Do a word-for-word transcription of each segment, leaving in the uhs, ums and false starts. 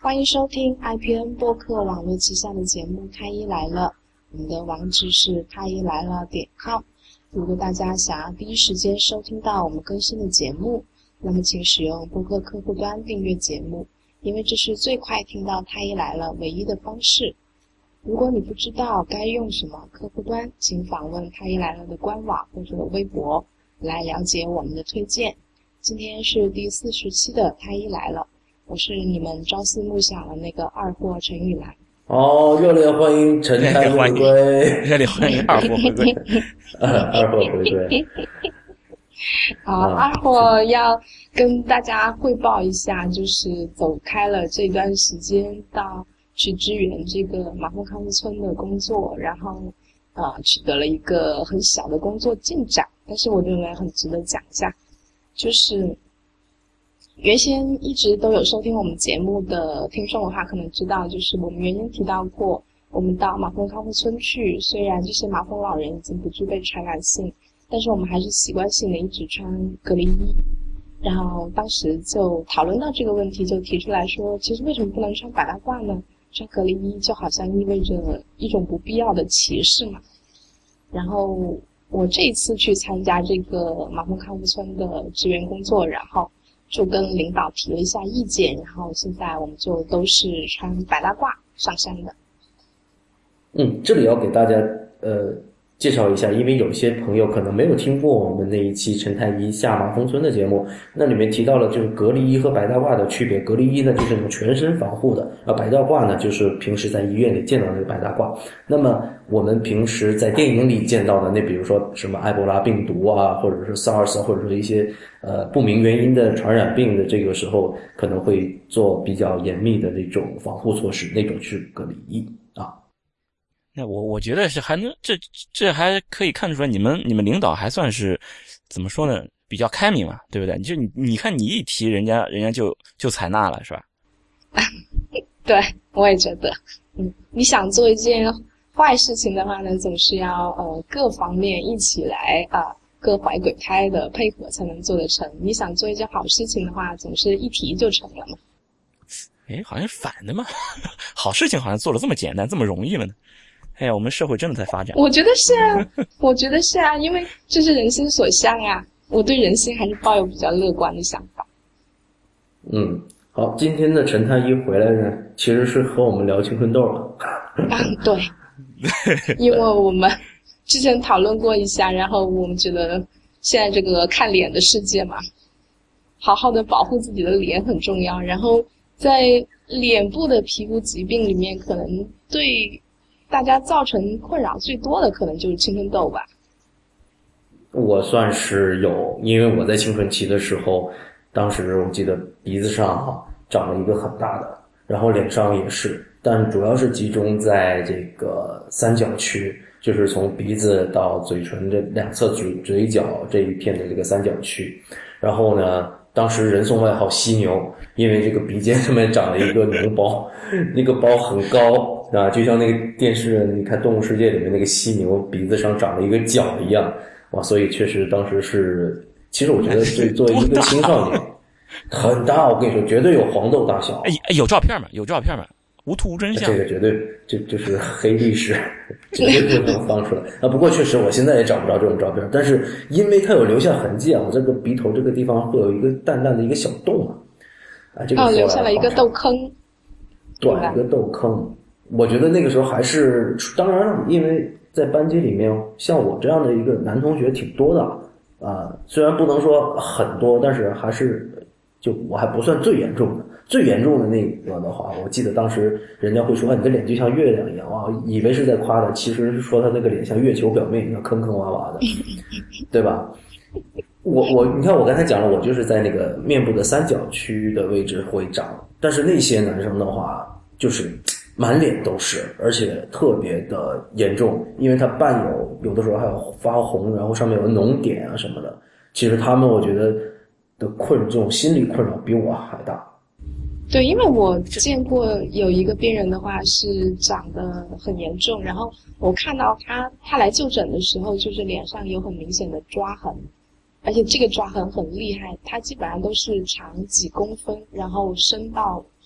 欢迎收听 I P N 播客网络旗下的节目《开一来了》，我们的网址是开一来了点 com。如果大家想要第一时间收听到我们更新的节目，那么请使用播客客户端订阅节目，因为这是最快听到开一来了唯一的方式。如果你不知道该用什么客户端，请访问开一来了的官网或者微博来了解我们的推荐。今天是第四十期的开一来了，我是你们朝思暮想的那个二货陈雨兰。 哦，热烈欢迎陈太回归， 热烈欢迎二货回归， 二货回归。 好，二货要跟大家汇报一下，就是走开了这段时间到去支援这个马蜂康复村的工作，然后呃取得了一个很小的工作进展，但是我认为很值得讲一下，就是原先一直都有收听我们节目的听众的话，可能知道，就是我们原先提到过，我们到马蜂康复村去，虽然这些马蜂老人已经不具备传染性，但是我们还是习惯性的一直穿隔离衣。然后当时就讨论到这个问题，就提出来说，其实为什么不能穿白大褂呢？穿隔离衣就好像意味着一种不必要的歧视嘛。然后我这一次去参加这个马蜂康复村的支援工作，然后就跟领导提了一下意见，然后现在我们就都是穿白大褂上山的。 嗯，这里要给大家呃介绍一下，因为有些朋友可能没有听过我们那一期陈太医下马蜂村的节目，那里面提到了就是隔离衣和白大褂的区别。隔离衣呢就是那种全身防护的，而白大褂呢就是平时在医院里见到的那个白大褂。那么我们平时在电影里见到的，那比如说什么埃博拉病毒啊，或者是 SARS 或者说一些呃不明原因的传染病的，这个时候可能会做比较严密的那种防护措施，那种是隔离衣啊。 那我我觉得是还能这这还可以看出来，你们你们领导还算是怎么说呢？比较开明嘛，对不对？就你你看你一提，人家人家就就采纳了，是吧？ 对，我也觉得，嗯，你想做一件坏事情的话呢，总是要呃各方面一起来啊、呃，各怀鬼胎的配合才能做得成。你想做一件好事情的话，总是一提就成了嘛。 诶，好像是反的嘛，好事情好像做得这么简单，这么容易了呢。哎呀，我们社会真的在发展。 我觉得是啊，我觉得是啊，因为这是人心所向啊。我对人心还是抱有比较乐观的想法。 嗯，好，今天的陈太医回来呢，其实是和我们聊青春痘了。 啊，对，因为我们之前讨论过一下，然后我们觉得现在这个看脸的世界嘛，好好的保护自己的脸很重要。然后在脸部的皮肤疾病里面，可能对大家造成困扰最多的可能就是青春痘吧。 我算是有，因为我在青春期的时候，当时我记得鼻子上哈、啊、长了一个很大的，然后脸上也是，但主要是集中在这个三角区，就是从鼻子到嘴唇这两侧嘴嘴角这一片的这个三角区。然后呢，当时人送外号犀牛，因为这个鼻尖上面长了一个脓包，那个包很高啊，就像那个电视你看动物世界里面那个犀牛鼻子上长了一个角一样。哇，所以确实当时是，其实我觉得对作为一个青少年很大，我跟你说绝对有黄豆大小。 哎哎，有照片吗？有照片吗？无图无真相。 这个绝对就就是黑历史，绝对不能放出来啊！不过确实我现在也找不着这种照片，但是因为它有留下痕迹啊，我这个鼻头这个地方会有一个淡淡的一个小洞啊，啊，这个哦，留下了一个痘坑， 对，一个痘坑。我觉得那个时候还是，当然了，因为在班级里面，像我这样的一个男同学挺多的啊、呃，虽然不能说很多，但是还是就我还不算最严重的。最严重的那个的话，我记得当时人家会说，啊，你的脸就像月亮一样啊，以为是在夸他，其实是说他那个脸像月球表面一样坑坑洼洼的，对吧？我我你看我刚才讲了，我就是在那个面部的三角区的位置会长，但是那些男生的话就是满脸都是，而且特别的严重，因为它伴有有的时候还有发红，然后上面有脓点啊什么的。其实他们我觉得的困这种心理困扰比我还大。 对，因为我见过有一个病人的话是长得很严重，然后我看到他他来就诊的时候，就是脸上有很明显的抓痕，而且这个抓痕很厉害，它基本上都是长几公分，然后深到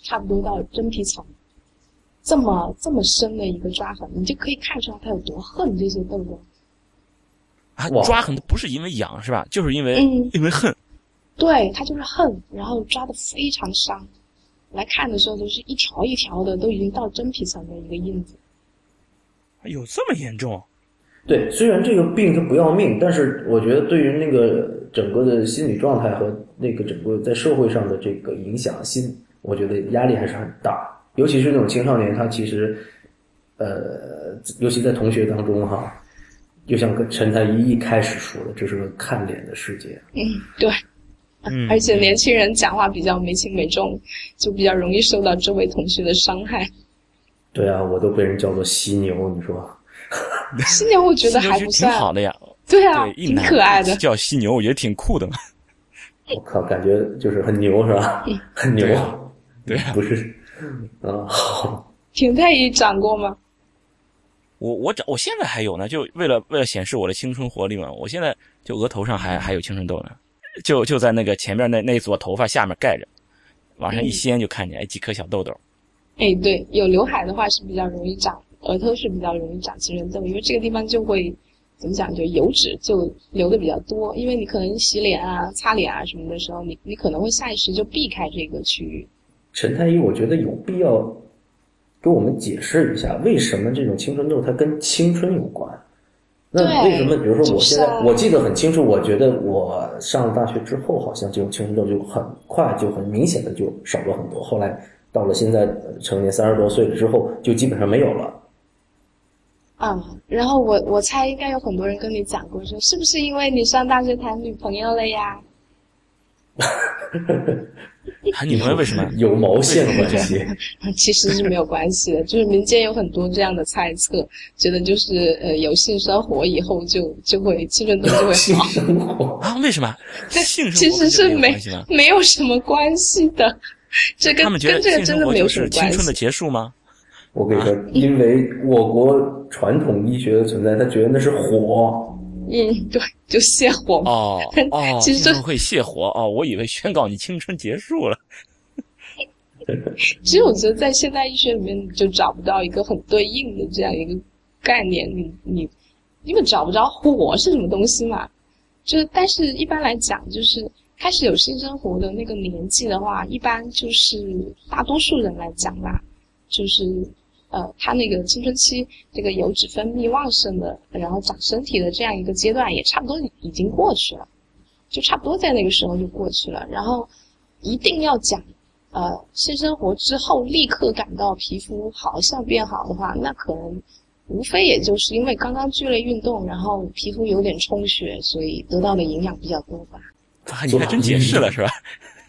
差不多到真皮层这么这么深的一个抓痕，你就可以看出来它有多恨这些痘痘。 啊，抓痕不是因为痒是吧？就是因为、 嗯、 因为恨。 对，它就是恨，然后抓得非常伤。来看的时候都是一条一条的，都已经到真皮层的一个印子。 有这么严重？ 对，虽然这个病它不要命，但是我觉得对于那个整个的心理状态和那个整个在社会上的这个影响心，我觉得压力还是很大。尤其是那种青少年，他其实，呃，尤其在同学当中哈，就像跟陈太医一开始说的，这是个看脸的世界。 嗯，对。 嗯， 而且年轻人讲话比较没轻没重，就比较容易受到周围同学的伤害。 对啊，我都被人叫做犀牛，你说？ 犀牛我觉得还不算挺好的呀。 对啊， 对， 挺可爱的。 叫犀牛，我觉得挺酷的嘛。 我靠，感觉就是很牛是吧？ 嗯、 很牛。 对啊，对啊， 不是。啊，好。 田太医长过吗？ 我我长，我现在还有呢，就为了为了显示我的青春活力嘛，我现在就额头上还还有青春痘呢。就就在那个前面那那一撮头发下面盖着，往上一掀就看见哎几颗小痘痘。 哎，对，有刘海的话是比较容易长，额头是比较容易长青春痘，因为这个地方就会怎么讲，就油脂就流的比较多，因为你可能洗脸啊、擦脸啊什么的时候，你你可能会下意识就避开这个区域。 陈太医，我觉得有必要给我们解释一下，为什么这种青春痘它跟青春有关？那为什么比如说我现在、就是、我记得很清楚，我觉得我上了大学之后好像这种青春痘就很快就很明显的就少了很多，后来到了现在成年三十多岁了之后就基本上没有了。 嗯，然后我我猜应该有很多人跟你讲过说是不是因为你上大学谈女朋友了呀？ 谈女朋友为什么有毛线关系？ 其实是没有关系的，就是民间有很多这样的猜测，觉得就是呃有性生活以后就就会青春痘就会好。 性生活啊？为什么？性生活其实是没没没有什么关系的，这跟他们觉得跟这个真的没有什么关系。 青春的结束吗？ 我跟你说，因为我国传统医学的存在，他觉得那是火。 嗯，对，就泻火。 哦哦， 其实会泻火哦，我以为宣告你青春结束了。 其实我觉得在现代医学里面，你就找不到一个很对应的这样一个概念，你你因为找不着火是什么东西嘛。就是，但是一般来讲，就是开始有性生活的那个年纪的话，一般就是大多数人来讲吧，就是呃，他那个青春期这个油脂分泌旺盛的，然后长身体的这样一个阶段，也差不多已经过去了，就差不多在那个时候就过去了。然后一定要讲，呃，性生活之后立刻感到皮肤好像变好的话，那可能无非也就是因为刚刚剧烈运动，然后皮肤有点充血，所以得到的营养比较多吧。 啊，你还真解释了是吧？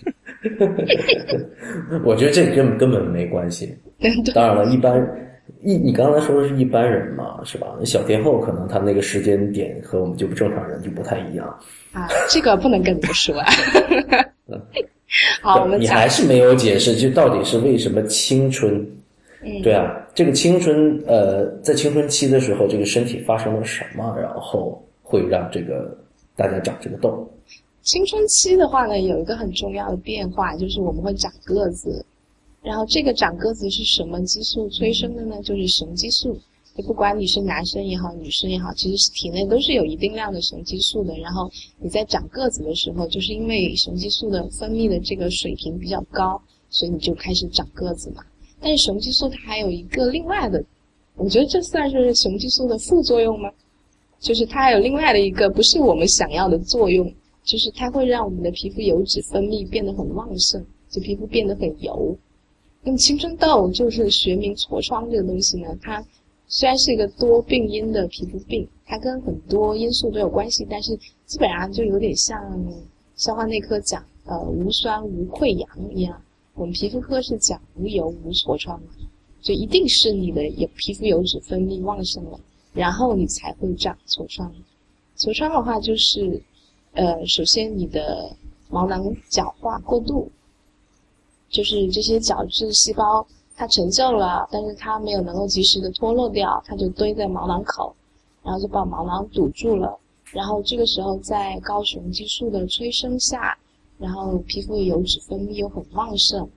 我觉得这根本根本没关系。当然了，一般一你刚才说的是一般人嘛，是吧？小天后可能他那个时间点和我们就正常人就不太一样啊，这个不能跟你们说啊。好，我们你还是没有解释，就到底是为什么青春？ 嗯， 对啊，这个青春呃，在青春期的时候，这个身体发生了什么，然后会让这个大家长这个痘？ 青春期的话呢，有一个很重要的变化，就是我们会长个子。然后这个长个子是什么激素催生的呢？就是雄激素。就不管你是男生也好，女生也好，其实体内都是有一定量的雄激素的。然后你在长个子的时候，就是因为雄激素的分泌的这个水平比较高，所以你就开始长个子嘛。但是雄激素它还有一个另外的，我觉得这算是雄激素的副作用吗？就是它还有另外的一个不是我们想要的作用，就是它会让我们的皮肤油脂分泌变得很旺盛，就皮肤变得很油。那么青春痘就是学名痤疮这个东西呢，它虽然是一个多病因的皮肤病，它跟很多因素都有关系，但是基本上就有点像消化内科讲呃无酸无溃疡一样，我们皮肤科是讲无油无痤疮嘛，就一定是你的有皮肤油脂分泌旺盛了，然后你才会长痤疮。痤疮的话就是呃首先你的毛囊角化过度，就是这些角质细胞它成就了，但是它没有能够及时的脱落掉，它就堆在毛囊口，然后就把毛囊堵住了。然后这个时候在高雄激素的催生下，然后皮肤的油脂分泌又很旺盛，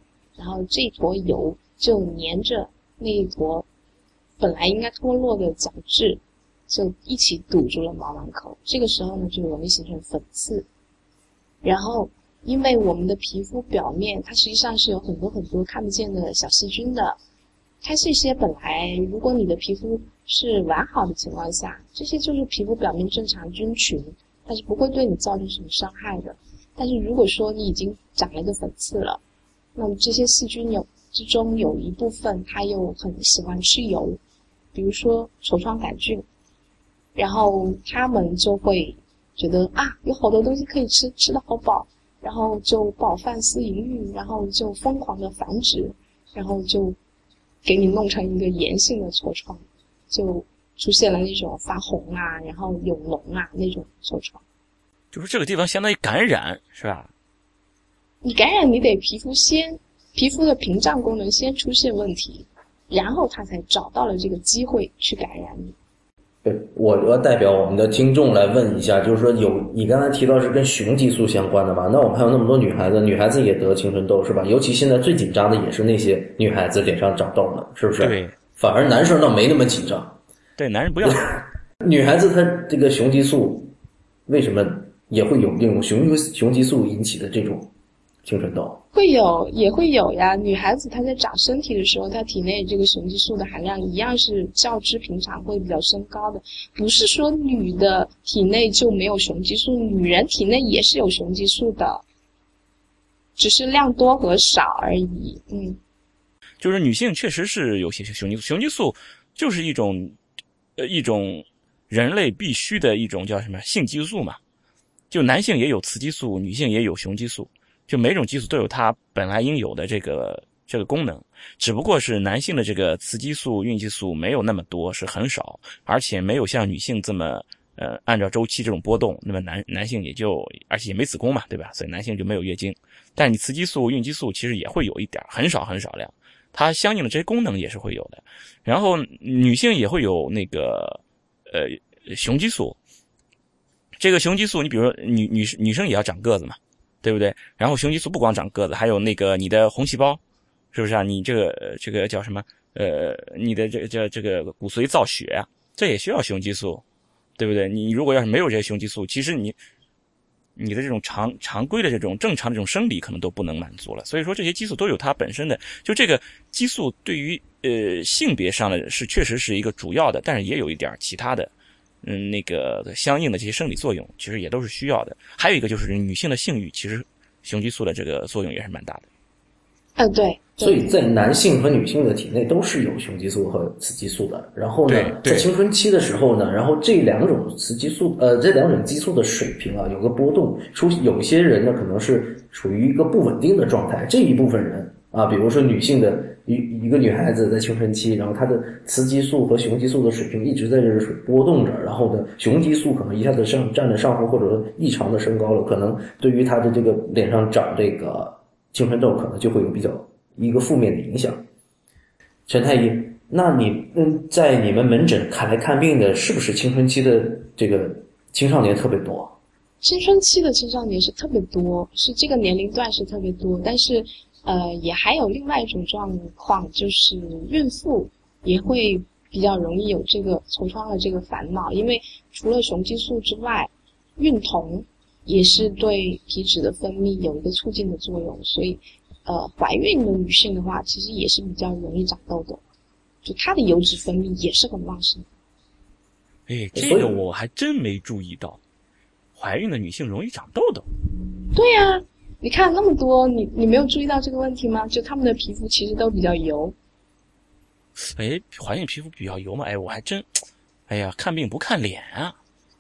然后这一坨油就粘着那一坨本来应该脱落的角质，就一起堵住了毛囊口。这个时候呢，就容易形成粉刺。然后因为我们的皮肤表面它实际上是有很多很多看不见的小细菌的，它这些本来如果你的皮肤是完好的情况下，这些就是皮肤表面正常菌群，但是不会对你造成什么伤害的。但是如果说你已经长了一个粉刺了，那么这些细菌有之中有一部分它又很喜欢吃油，比如说痤疮杆菌，然后他们就会觉得啊有好多东西可以吃，吃得好饱，然后就饱饭思淫欲，然后就疯狂的繁殖，然后就给你弄成一个炎性的痤疮，就出现了那种发红啊，然后有脓啊那种痤疮。 就是这个地方相当于感染，是吧？ 你感染你得皮肤先，皮肤的屏障功能先出现问题，然后它才找到了这个机会去感染你。 对，我要代表我们的听众来问一下，就是说有你刚才提到是跟雄激素相关的吧？那我们还有那么多女孩子，女孩子也得青春痘是吧？尤其现在最紧张的也是那些女孩子脸上长痘了，是不是？ 对， 反而男生倒没那么紧张。 对，男人不要。 女孩子她这个雄激素为什么也会有这种雄雄激素引起的这种青春痘？ 会有，也会有呀。女孩子她在长身体的时候，她体内这个雄激素的含量一样是较之平常会比较升高的。不是说女的体内就没有雄激素，女人体内也是有雄激素的，只是量多和少而已。嗯， 就是女性确实是有些雄激素，雄激素就是一种呃一种人类必须的一种叫什么性激素嘛。就男性也有雌激素，女性也有雄激素。就每种激素都有它本来应有的这个这个功能，只不过是男性的这个雌激素、孕激素没有那么多，是很少，而且没有像女性这么呃按照周期这种波动。那么男男性也就而且也没子宫嘛，对吧？所以男性就没有月经。但是你雌激素、孕激素其实也会有一点，很少很少量，它相应的这些功能也是会有的。然后女性也会有那个呃雄激素，这个雄激素你比如说女女女生也要长个子嘛。对不对？然后雄激素不光长个子，还有那个你的红细胞，是不是啊？你这个这个叫什么？呃，你的这个这这个骨髓造血啊，这也需要雄激素，对不对？你如果要是没有这些雄激素，其实你你的这种常常规的这种正常的这种生理可能都不能满足了。所以说这些激素都有它本身的，就这个激素对于呃性别上的是确实是一个主要的，但是也有一点其他的。嗯，那个相应的这些生理作用其实也都是需要的。还有一个就是女性的性欲，其实雄激素的这个作用也是蛮大的。 呃，对。 所以在男性和女性的体内都是有雄激素和雌激素的。然后呢，在青春期的时候呢，然后这两种雌激素，呃，这两种激素的水平啊有个波动，出有一些人呢可能是处于一个不稳定的状态。这一部分人啊，比如说女性的一一个女孩子在青春期，然后她的雌激素和雄激素的水平一直在这波动着，然后呢，雄激素可能一下子上占了上风，或者说异常的升高了，可能对于她的这个脸上长这个青春痘，可能就会有比较一个负面的影响。陈太医，那你嗯，在你们门诊看来看病的是不是青春期的这个青少年特别多？ 青春期的青少年是特别多，是这个年龄段是特别多，但是呃，也还有另外一种状况，就是孕妇也会比较容易有这个痤疮的这个烦恼，因为除了雄激素之外，孕酮也是对皮脂的分泌有一个促进的作用，所以呃，怀孕的女性的话，其实也是比较容易长痘痘，就她的油脂分泌也是很旺盛。 哎，这个我还真没注意到，怀孕的女性容易长痘痘。 对呀、啊。你看那么多，你你没有注意到这个问题吗？就他们的皮肤其实都比较油。 哎，怀孕皮肤比较油嘛？哎，我还真，哎呀，看病不看脸啊！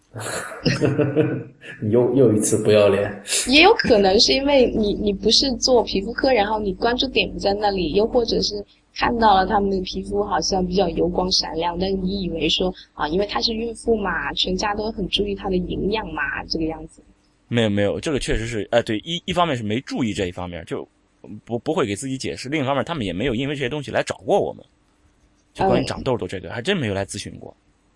你又又一次不要脸。 也有可能是因为你你不是做皮肤科，然后你关注点不在那里，又或者是看到了他们的皮肤好像比较油光闪亮，但你以为说啊，因为她是孕妇嘛，全家都很注意她的营养嘛，这个样子。 没有没有，这个确实是，哎，对，一一方面是没注意这一方面，就不不会给自己解释；另一方面，他们也没有因为这些东西来找过我们，就关于长痘痘这个，还真没有来咨询过。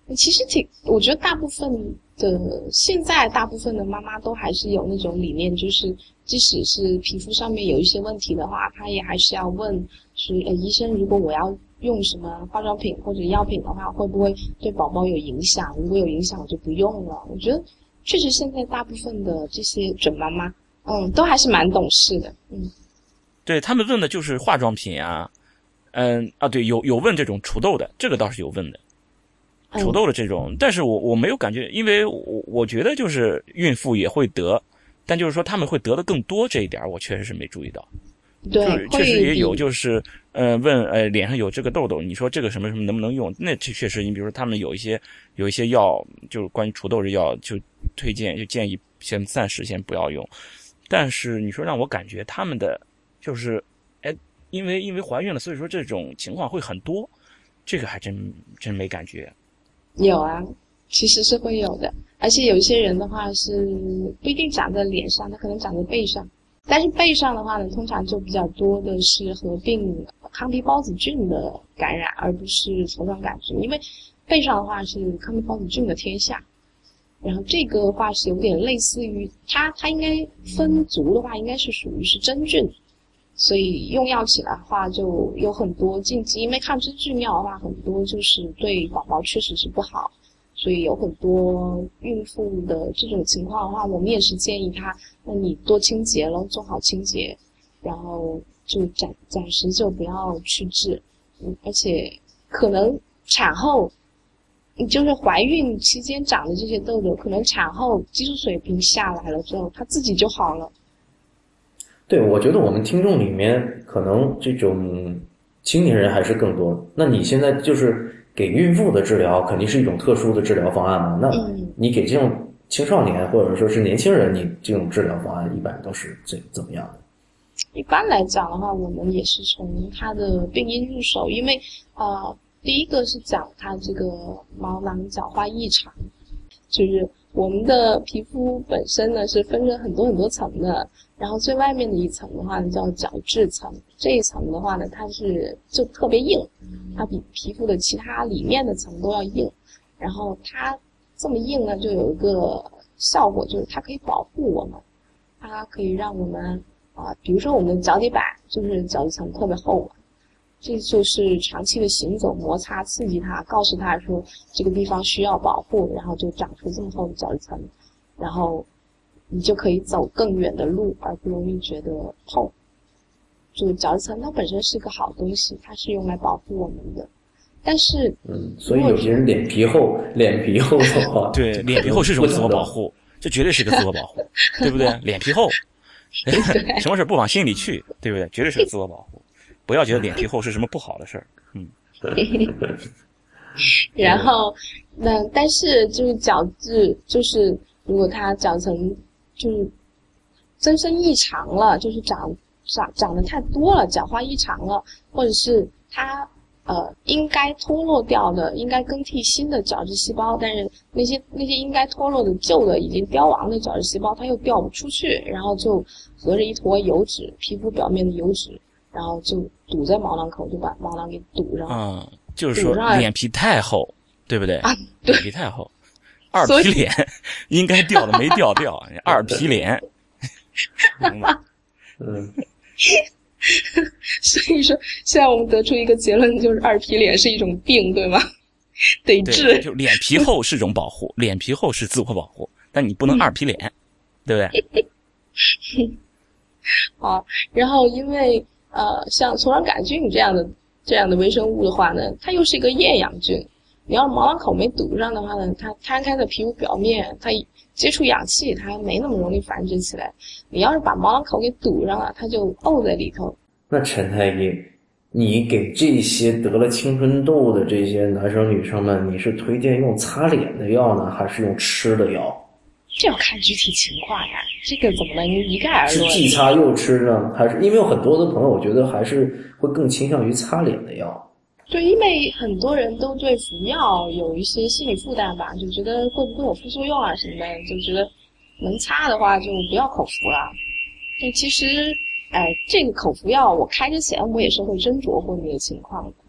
其实挺，我觉得大部分的现在大部分的妈妈都还是有那种理念，就是即使是皮肤上面有一些问题的话，她也还是要问是呃医生，如果我要用什么化妆品或者药品的话，会不会对宝宝有影响？如果有影响，我就不用了。我觉得确实现在大部分的这些准妈妈，嗯，都还是蛮懂事的，嗯。 对，他们问的就是化妆品啊，嗯啊，对，有有问这种除痘的，这个倒是有问的。除痘的这种，但是我我没有感觉，因为我我觉得就是孕妇也会得，但就是说他们会得的更多这一点，我确实是没注意到。 对， 就是确实也有，就是呃问呃脸上有这个痘痘，你说这个什么什么能不能用？那确实，你比如说他们有一些有一些药，就是关于除痘的药，就推荐就建议先暂时先不要用。但是你说让我感觉他们的就是哎，因为因为怀孕了，所以说这种情况会很多，这个还真真没感觉。 有啊，其实是会有的，而且有一些人的话是不一定长在脸上，他可能长在背上，但是背上的话呢，通常就比较多的是合并康皮孢子菌的感染，而不是痤疮杆菌，因为背上的话是康皮孢子菌的天下，然后这个的话是有点类似于它它应该分族的话，应该是属于是真菌。所以用药起来的话就有很多禁忌，因为抗真菌药的话很多就是对宝宝确实是不好，所以有很多孕妇的这种情况的话，我们也是建议她，那你多清洁咯，做好清洁，然后就暂暂时就不要去治，嗯，而且可能产后，你就是怀孕期间长的这些痘痘，可能产后激素水平下来了之后，它自己就好了。 对，我觉得我们听众里面可能这种青年人还是更多。那你现在就是给孕妇的治疗，肯定是一种特殊的治疗方案嘛？那你给这种青少年或者说是年轻人，你这种治疗方案一般都是怎怎么样的？ 一般来讲的话，我们也是从他的病因入手，因为呃，第一个是讲他这个毛囊角化异常，就是我们的皮肤本身呢是分成很多很多层的。然后最外面的一层的话呢叫角质层，这一层的话呢它是就特别硬，它比皮肤的其他里面的层都要硬。然后它这么硬呢就有一个效果，就是它可以保护我们，它可以让我们啊、呃，比如说我们的脚底板就是角质层特别厚嘛，这就是长期的行走摩擦刺激它，告诉它说这个地方需要保护，然后就长出这么厚的角质层，然后你就可以走更远的路，而不容易觉得痛。就角质层它本身是个好东西，它是用来保护我们的。但是， 嗯，所以有些人脸皮厚，脸皮厚的话， 对，脸皮厚是种自我保护，这绝对是个自我保护，对不对？脸皮厚，什么事不往心里去，对不对？绝对是个自我保护，不要觉得脸皮厚是什么不好的事儿。嗯。 然后，那但是就是角质，就是如果它角层就是增生异常了，就是长长长得太多了，角化异常了，或者是它呃应该脱落掉的，应该更替新的角质细胞，但是那些那些应该脱落的旧的已经凋亡的角质细胞，它又掉不出去，然后就合着一坨油脂，皮肤表面的油脂，然后就堵在毛囊口，就把毛囊给堵上。 嗯，就是说脸皮太厚，对不对？ 啊，对， 脸皮太厚。二皮脸应该掉的没掉掉，二皮脸。 嗯， 所以说，现在我们得出一个结论，就是二皮脸是一种病，对吗？得治。 就脸皮厚是种保护，脸皮厚是自我保护，但你不能二皮脸，嗯、对不对？ 好，然后因为呃，像痤疮杆菌这样的这样的微生物的话呢，它又是一个厌氧菌。你要毛囊口没堵上的话呢，它摊开在皮肤表面，它接触氧气，它没那么容易繁殖起来。你要是把毛囊口给堵上了，它就沤在里头。 那陈太医，你给这些得了青春痘的这些男生女生们，你是推荐用擦脸的药呢，还是用吃的药？ 这要看具体情况呀，这个怎么能一概而论？ 是既擦又吃呢，还是因为有很多的朋友，我觉得还是会更倾向于擦脸的药。 对，因为很多人都对服药有一些心理负担吧，就觉得会不会有副作用啊什么的，就觉得能擦的话就不要口服了。但其实，哎，这个口服药我开之前我也是会斟酌过你的情况的，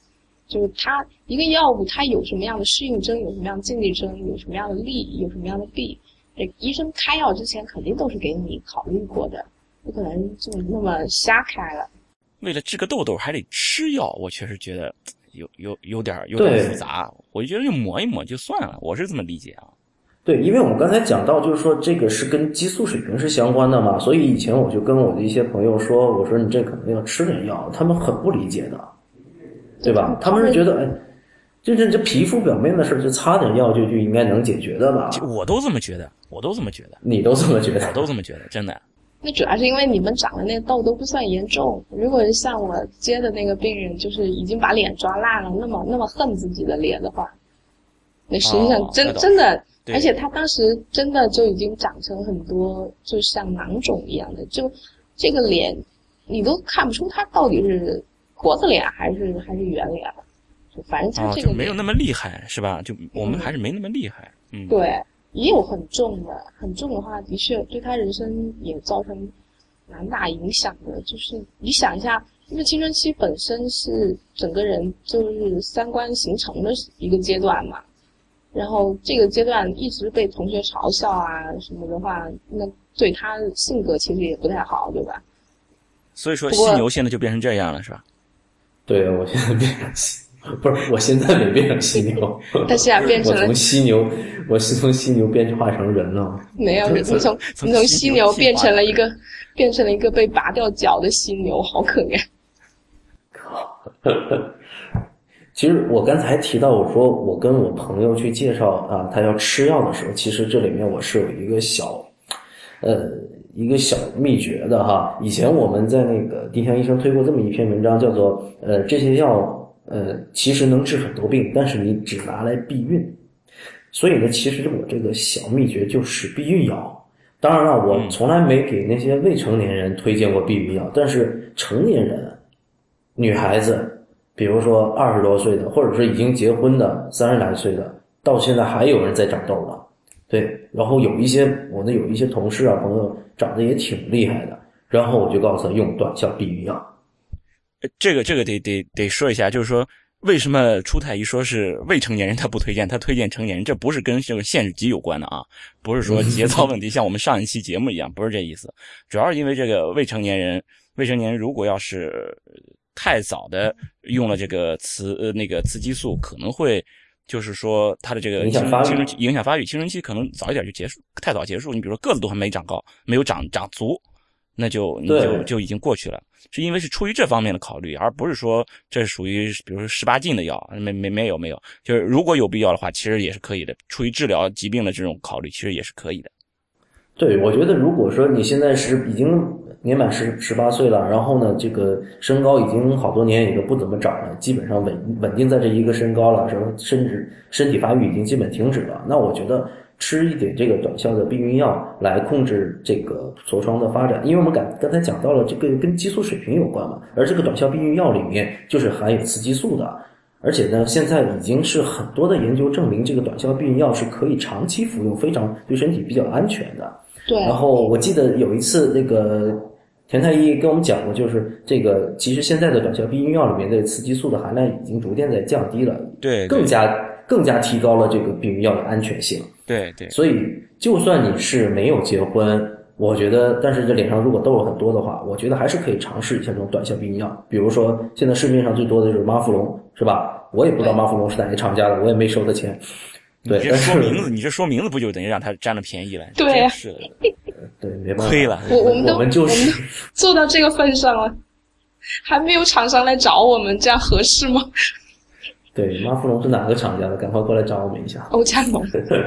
就是它一个药物它有什么样的适应症，有什么样的禁忌症，有什么样的利，有什么样的弊，这医生开药之前肯定都是给你考虑过的，不可能就那么瞎开了。 为了治个痘痘还得吃药，我确实觉得有有有点有点复杂，我就觉得就抹一抹就算了，我是这么理解啊。 对，因为我们刚才讲到，就是说这个是跟激素水平是相关的嘛，所以以前我就跟我的一些朋友说，我说你这可能要吃点药，他们很不理解的，对吧？他们是觉得，哎，这这这皮肤表面的事，就擦点药就就应该能解决的吧？ 我都这么觉得，我都这么觉得， 你都这么觉得， 我都这么觉得，真的。 那主要是因为你们长的那个痘都不算严重，如果是像我接的那个病人，就是已经把脸抓烂了，那么那么恨自己的脸的话，那实际上真、哦、真的。而且他当时真的就已经长成很多就像囊肿一样的，就这个脸你都看不出他到底是国字脸还是还是圆脸，就反正他这个、 哦、就没有那么厉害是吧？就我们还是没那么厉害。嗯， 嗯对，也有很重的，很重的话的确对他人生也造成蛮大影响的。就是你想一下，因为青春期本身是整个人就是三观形成的一个阶段嘛。然后这个阶段一直被同学嘲笑啊什么的话，那对他性格其实也不太好，对吧？ 所以说犀牛现在就变成这样了，是吧？ 对，我现在变成犀，不是，我现在没变成犀牛， 他现在变成了， 我从犀牛，我是从犀牛变化成人了。 没有，你从你从犀牛变成了一个变成了一个被拔掉脚的犀牛，好可怜。 靠。其实我刚才提到，我说我跟我朋友去介绍啊，他要吃药的时候，其实这里面我是有一个小，呃，一个小秘诀的哈。以前我们在那个丁香医生推过这么一篇文章，叫做呃这些药呃其实能治很多病，但是你只拿来避孕。所以呢，其实我这个小秘诀就是避孕药。当然了，我从来没给那些未成年人推荐过避孕药，但是成年人，女孩子。比如说二十多岁的，或者是已经结婚的三十来岁的，到现在还有人在长痘了，对。然后有一些我的有一些同事啊朋友长得也挺厉害的，然后我就告诉他用短效避孕药。 这个这个得得得说一下，就是说为什么出太医说是未成年人他不推荐，他推荐成年人，这不是跟这个限制级有关的啊，不是说节操问题，像我们上一期节目一样，不是这意思。主要是因为这个未成年人，未成年人如果要是太早的用了这个雌呃那个雌激素，可能会就是说他的这个影响发育， 青春期影响发育，青春期可能早一点就结束，太早结束。你比如说个子都还没长高，没有长长足，那就你就就已经过去了。是因为是出于这方面的考虑，而不是说这是属于比如说十八禁的药，没没没有没有，就是如果有必要的话，其实也是可以的。出于治疗疾病的这种考虑，其实也是可以的。 对，我觉得如果说你现在是已经年满十十八岁了，然后呢，这个身高已经好多年也都不怎么长了，基本上稳稳定在这一个身高了，什么甚至身体发育已经基本停止了，那我觉得吃一点这个短效的避孕药来控制这个痤疮的发展，因为我们刚刚才讲到了这个跟激素水平有关嘛，而这个短效避孕药里面就是含有雌激素的。而且呢，现在已经是很多的研究证明，这个短效避孕药是可以长期服用，非常对身体比较安全的。 对。 然后我记得有一次那个田太医跟我们讲过，就是这个其实现在的短效避孕药里面的雌激素的含量已经逐渐在降低了， 对， 更加更加提高了这个避孕药的安全性。 对对。 所以就算你是没有结婚，我觉得，但是这脸上如果痘很多的话，我觉得还是可以尝试一下这种短效避孕药。比如说，现在市面上最多的就是妈富隆，是吧？我也不知道妈富隆是哪个厂家的，我也没收他钱。对， 你这说名字，你这说名字不就等于让他占了便宜了？ 对呀、啊， 是的， 对，没办法， 亏了。 我我们都我们就是做到这个份上了，还没有厂商来找我们，这样合适吗？ 对，妈富隆是哪个厂家的？赶快过来找我们一下。 欧佳龙。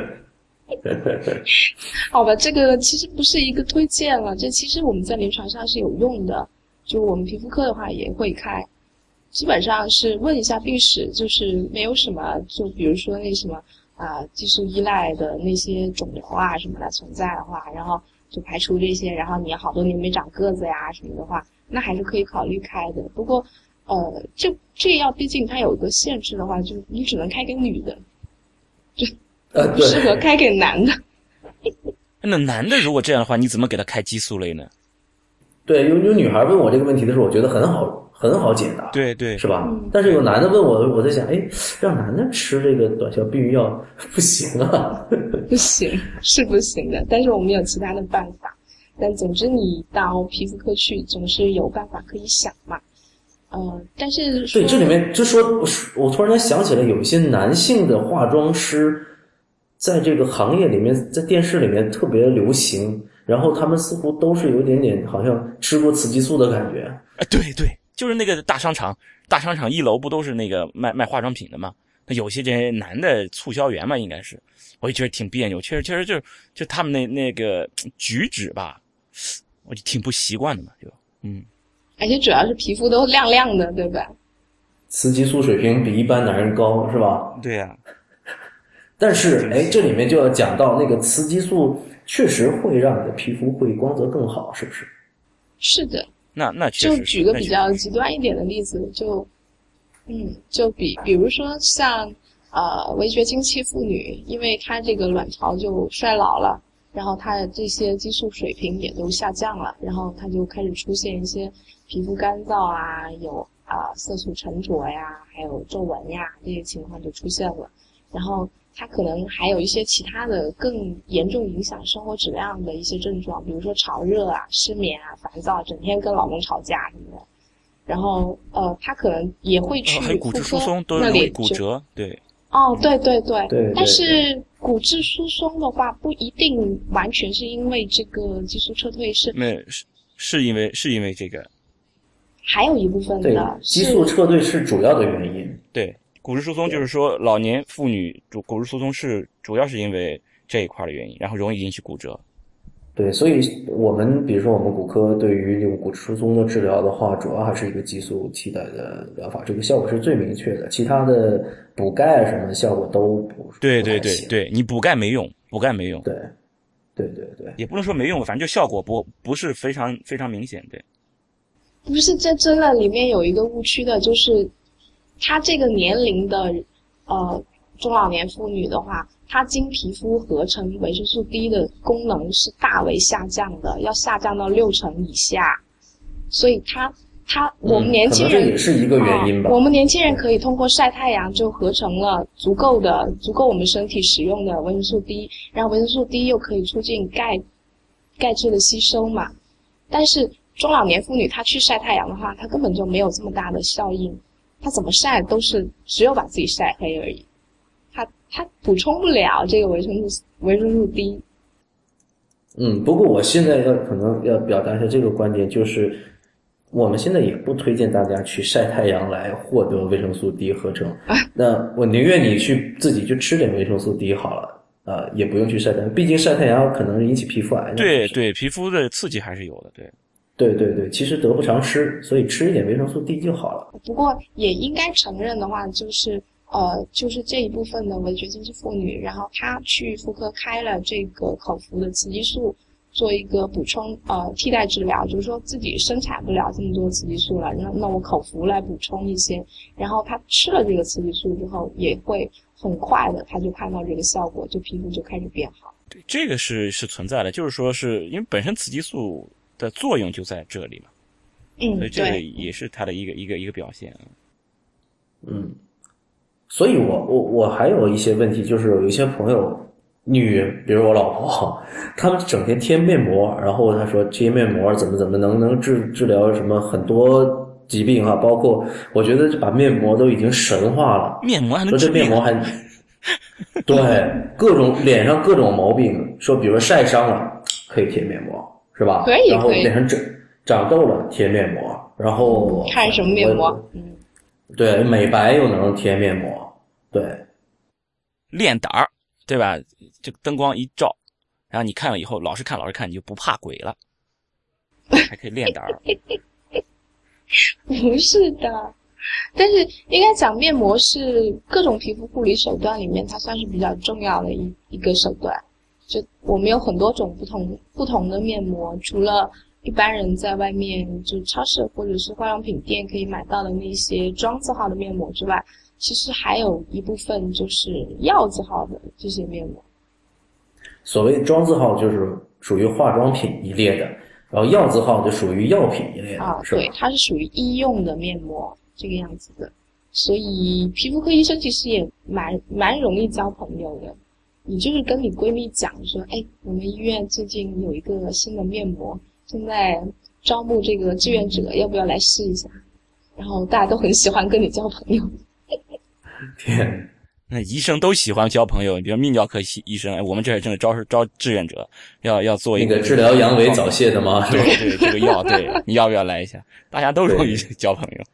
好吧，这个其实不是一个推荐了，这其实我们在临床上是有用的，就我们皮肤科的话也会开，基本上是问一下病史，就是没有什么，就比如说那什么啊、呃、激素依赖的那些肿瘤啊什么的存在的话，然后就排除这些，然后你好多年没长个子呀什么的话，那还是可以考虑开的。不过呃这这药毕竟它有一个限制的话，就是你只能开给女的，就不适合开给男的。 那男的如果这样的话，你怎么给他开激素类呢？ 对，有有女孩问我这个问题的时候，我觉得很好很好解答， 对对， 是吧？ 嗯、 但是有男的问我，我在想，哎，让男的吃这个短效避孕药不行啊， 不行，是不行的。但是我们有其他的办法。但总之，你到皮肤科去，总是有办法可以想嘛。呃，但是对，这里面就说，我突然间想起来，有一些男性的化妆师，在这个行业里面，在电视里面特别流行，然后他们似乎都是有点点好像吃过雌激素的感觉。 啊，对对，就是那个大商场，大商场一楼不都是那个卖卖化妆品的吗？那有些这些男的促销员嘛，应该是，我也觉得挺别扭，确实确实就就他们那那个举止吧。我就挺不习惯的嘛，就嗯， 而且主要是皮肤都亮亮的，对吧？ 雌激素水平比一般男人高，是吧？ 对呀、啊。 但是，哎，这里面就要讲到那个雌激素确实会让你的皮肤会光泽更好，是不是？ 是的。 那那确实。 就举个比较极端一点的例子，就嗯，就比比如说像呃围绝经期妇女，因为她这个卵巢就衰老了。然后它的这些激素水平也都下降了，然后它就开始出现一些皮肤干燥啊，有啊、呃、色素沉着呀，还有皱纹呀，这些情况就出现了。然后它可能还有一些其他的更严重影响生活质量的一些症状，比如说潮热啊、失眠啊、烦躁，整天跟老公吵架什么的。然后呃，它可能也会去骨质疏妇松， 科那里骨折，对。 哦，对对对， 对对但是骨质疏松的话，不一定完全是因为这个激素撤退，是没是是因为是因为这个， 还有一部分对的激素撤退是主要的原因。 对，骨质疏松就是说老年妇女主骨质疏松是主要是因为这一块的原因，然后容易引起骨折。 对，所以我们比如说我们骨科对于这种骨质疏松的治疗的话，主要还是一个激素替代的疗法，这个效果是最明确的。其他的补钙什么的效果都不对对对对，你补钙没用，补钙没用。 对对对对， 也不能说没用，反正就效果不不是非常非常明显。对， 不是这真的里面有一个误区的，就是她这个年龄的呃中老年妇女的话，它经皮肤合成维生素 D 的功能是大为下降的，要下降到六成以下。所以它它我们年轻人、 嗯、可能这也是一个原因吧、 啊。我们年轻人可以通过晒太阳就合成了足够的足够我们身体使用的维生素 D， 然后维生素 D 又可以促进钙钙质的吸收嘛。但是中老年妇女她去晒太阳的话，她根本就没有这么大的效应，她怎么晒都是只有把自己晒黑而已。它它补充不了这个维生素维生素 D。 嗯，不过我现在要可能要表达一下这个观点，就是我们现在也不推荐大家去晒太阳来获得维生素 D 合成。啊、那我宁愿你去自己去吃点维生素 D 好了，呃，也不用去晒太阳，毕竟晒太阳可能引起皮肤癌。 对对，皮肤的刺激还是有的，对。 对对对，其实得不偿失，所以吃一点维生素 D 就好了。 不过也应该承认的话，就是呃，就是这一部分的围绝经期妇女，然后她去妇科开了这个口服的雌激素，做一个补充呃替代治疗，就是说自己生产不了这么多雌激素了，那那我口服来补充一些，然后她吃了这个雌激素之后，也会很快的，她就看到这个效果，就皮肤就开始变好。 对，这个是是存在的，就是说是因为本身雌激素的作用就在这里嘛， 嗯， 所以这个也是它的一个一个一个表现。 嗯，所以我我我还有一些问题，就是有一些朋友，女人，比如我老婆，她们整天贴面膜，然后她说贴面膜怎么怎么能能治治疗什么很多疾病啊，包括我觉得把面膜都已经神化了， 面膜还能治说这面膜还对各种脸上各种毛病，说比如说晒伤了可以贴面膜。是吧？ 可以， 然后脸上长长痘了贴面膜，然后看什么面膜？嗯， 对，美白又能贴面膜，对， 练胆儿，对吧？这个灯光一照，然后你看了以后，老是看，老是看，你就不怕鬼了，还可以练胆儿。 不是的，但是应该讲面膜是各种皮肤护理手段里面，它算是比较重要的一一个手段。就我们有很多种不同不同的面膜，除了一般人在外面就超市或者是化妆品店可以买到的那些妆字号的面膜之外，其实还有一部分就是药字号的这些面膜。 所谓妆字号就是属于化妆品一列的， 然后药字号就属于药品一类的， 啊， 是吧？ 对，它是属于医用的面膜这个样子的。所以皮肤科医生其实也蛮蛮容易交朋友的。你就是跟你闺蜜讲说，哎，我们医院最近有一个新的面膜，正在招募这个志愿者，要不要来试一下？然后大家都很喜欢跟你交朋友。 天， 那医生都喜欢交朋友，比如泌尿科医生，哎，我们这儿正在招招志愿者，要要做一个那个治疗阳痿早泄的吗？ 对对，这个药，对，你要不要来一下？大家都容易交朋友。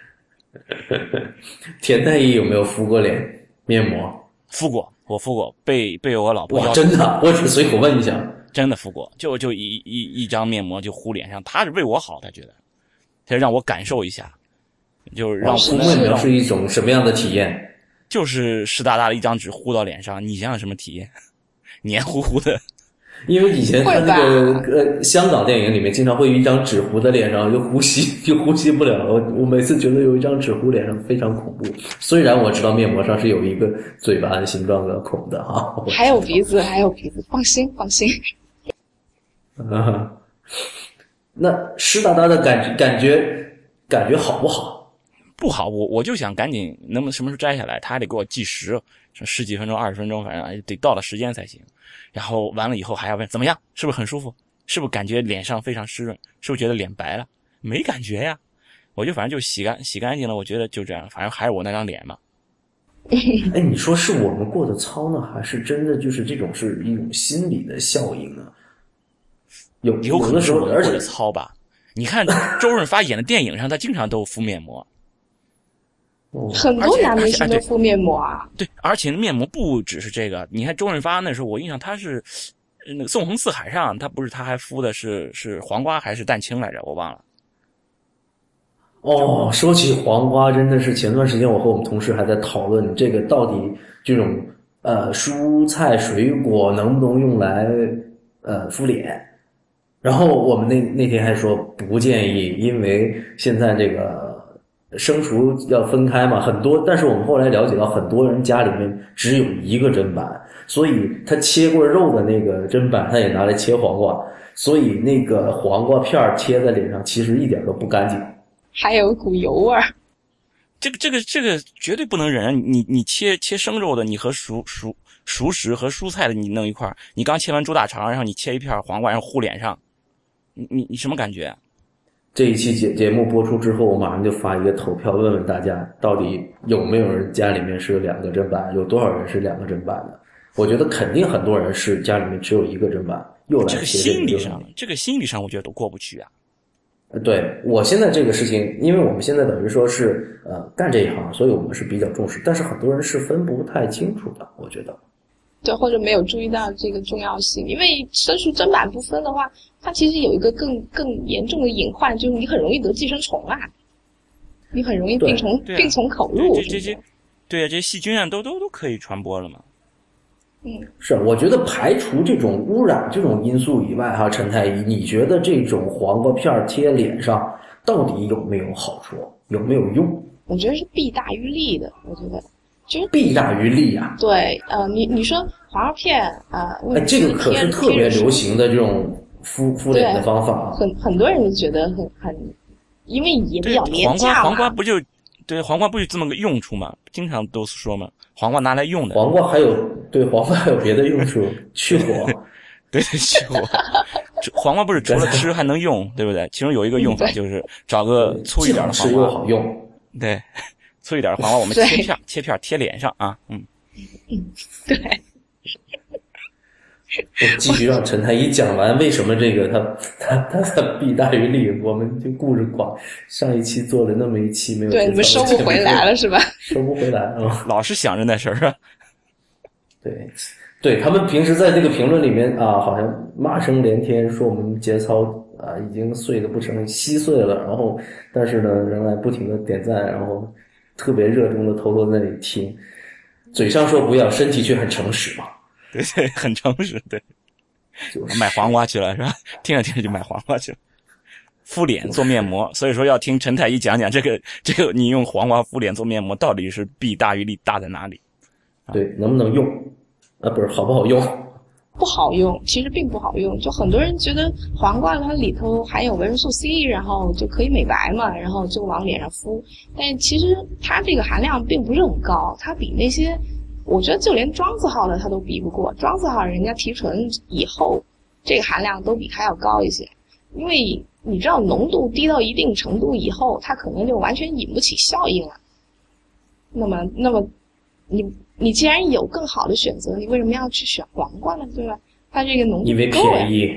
田太医有没有敷过脸面膜？ 敷过，我敷过，被被我老婆哇，真的，我只随口问一下， 真的敷过，就就一一一张面膜就糊脸上，他是为我好，他觉得，他让我感受一下，就让我敷面膜是一种什么样的体验？ 就是湿哒哒的一张纸糊到脸上，你想想什么体验？黏糊糊的。 因为以前看那个呃香港电影里面，经常会有一张纸糊在脸上，就呼吸就呼吸不了了。我我每次觉得有一张纸糊脸上非常恐怖。虽然我知道面膜上是有一个嘴巴的形状的孔的哈， 还有鼻子，还有鼻子，放心放心。 啊，那湿哒哒的感觉感觉感觉好不好？ 不好，我我就想赶紧能不能什么时候摘下来，他还得给我计时，十几分钟、二十分钟，反正得到了时间才行。然后完了以后还要问怎么样，是不是很舒服？是不是感觉脸上非常湿润？是不是觉得脸白了？没感觉呀，我就反正就洗干洗干净了，我觉得就这样，反正还是我那张脸嘛。 哎，你说是我们过的糙呢，还是真的就是这种是一种心理的效应呢？有有可能是我们而且过的糙吧？你看周润发演的电影上，他经常都敷面膜。 哦、 很多男明星都敷面膜啊。 对，而且面膜不只是这个。你看周润发那时候，我印象他是那个《纵横四海》上，他不是他还敷的是是黄瓜还是蛋清来着？我忘了。 哦，说起黄瓜，真的是前段时间我和我们同事还在讨论这个到底这种呃蔬菜水果能不能用来呃敷脸。然后我们那那天还说不建议，因为现在这个生熟要分开嘛，很多，但是我们后来了解到很多人家里面只有一个砧板，所以他切过肉的那个砧板他也拿来切黄瓜，所以那个黄瓜片贴在脸上其实一点都不干净， 还有股油味儿。 这个这个这个绝对不能忍！你你切切生肉的，你和熟熟熟食和蔬菜的你弄一块，你刚切完猪大肠，然后你切一片黄瓜，然后糊脸上，你你你什么感觉？ 这一期节节目播出之后，我马上就发一个投票，问问大家到底有没有人家里面是有两个砧板，有多少人是两个砧板的？我觉得肯定很多人是家里面只有一个砧板，又来这个心理上，这个心理上我觉得都过不去啊。 对，我现在这个事情，因为我们现在等于说是呃干这一行，所以我们是比较重视，但是很多人是分不太清楚的，我觉得。 对，或者没有注意到这个重要性，因为生熟砧板不分的话，它其实有一个更更严重的隐患，就是你很容易得寄生虫啊，你很容易病从、 啊、 病从口入。 这这些，对啊，这些细菌啊都都都可以传播了嘛。 嗯， 是，我觉得排除这种污染这种因素以外哈，陈太医，你觉得这种黄瓜片贴脸上到底有没有好处，有没有用？ 我觉得是弊大于利的，我觉得。就是弊大于利啊！ 对，呃，你你说黄瓜片啊， 哎，这个可是特别流行的这种敷敷脸的方法， 很很多人都觉得很很，因为也比较廉价嘛。 黄瓜黄瓜不就对黄瓜不就这么个用处嘛？经常都说嘛，黄瓜拿来用的。 黄瓜还有对黄瓜还有别的用处，去火。 对对，去火。黄瓜不是除了吃还能用，对不对？其中有一个用法就是找个粗一点的黄瓜， 又好用。 对。粗一点的黄瓜，我们切片切片贴脸上啊，嗯， 嗯，对。 我继续让陈太医讲完为什么这个他他他他弊大于利，我们就顾着光上一期做了那么一期没有， 对，你们收不回来了是吧？ 收不回来啊， 老是想着那事儿啊。 对，对他们平时在这个评论里面啊，好像骂声连天，说我们节操啊已经碎的不成稀碎了，然后但是呢仍然不停的点赞，然后。特别热衷的偷偷在那里听，嘴上说不要，身体却很诚实嘛。 对对，很诚实，对。就是、买黄瓜去了是吧？听着听着就买黄瓜去了。敷脸做面膜，所以说要听陈太医讲讲这个这个你用黄瓜敷脸做面膜到底是弊大于利大在哪里？ 对，能不能用？啊，不是好不好用？ 不好用，其实并不好用。就很多人觉得黄瓜它里头含有维生素 C， 然后就可以美白嘛，然后就往脸上敷。但其实它这个含量并不是很高，它比那些，我觉得就连庄子号的它都比不过。庄子号人家提纯以后，这个含量都比它要高一些。因为你知道浓度低到一定程度以后，它可能就完全引不起效应了。那么，那么你。你既然有更好的选择，你为什么要去选黄瓜呢？对吧？它这个浓度因为便宜。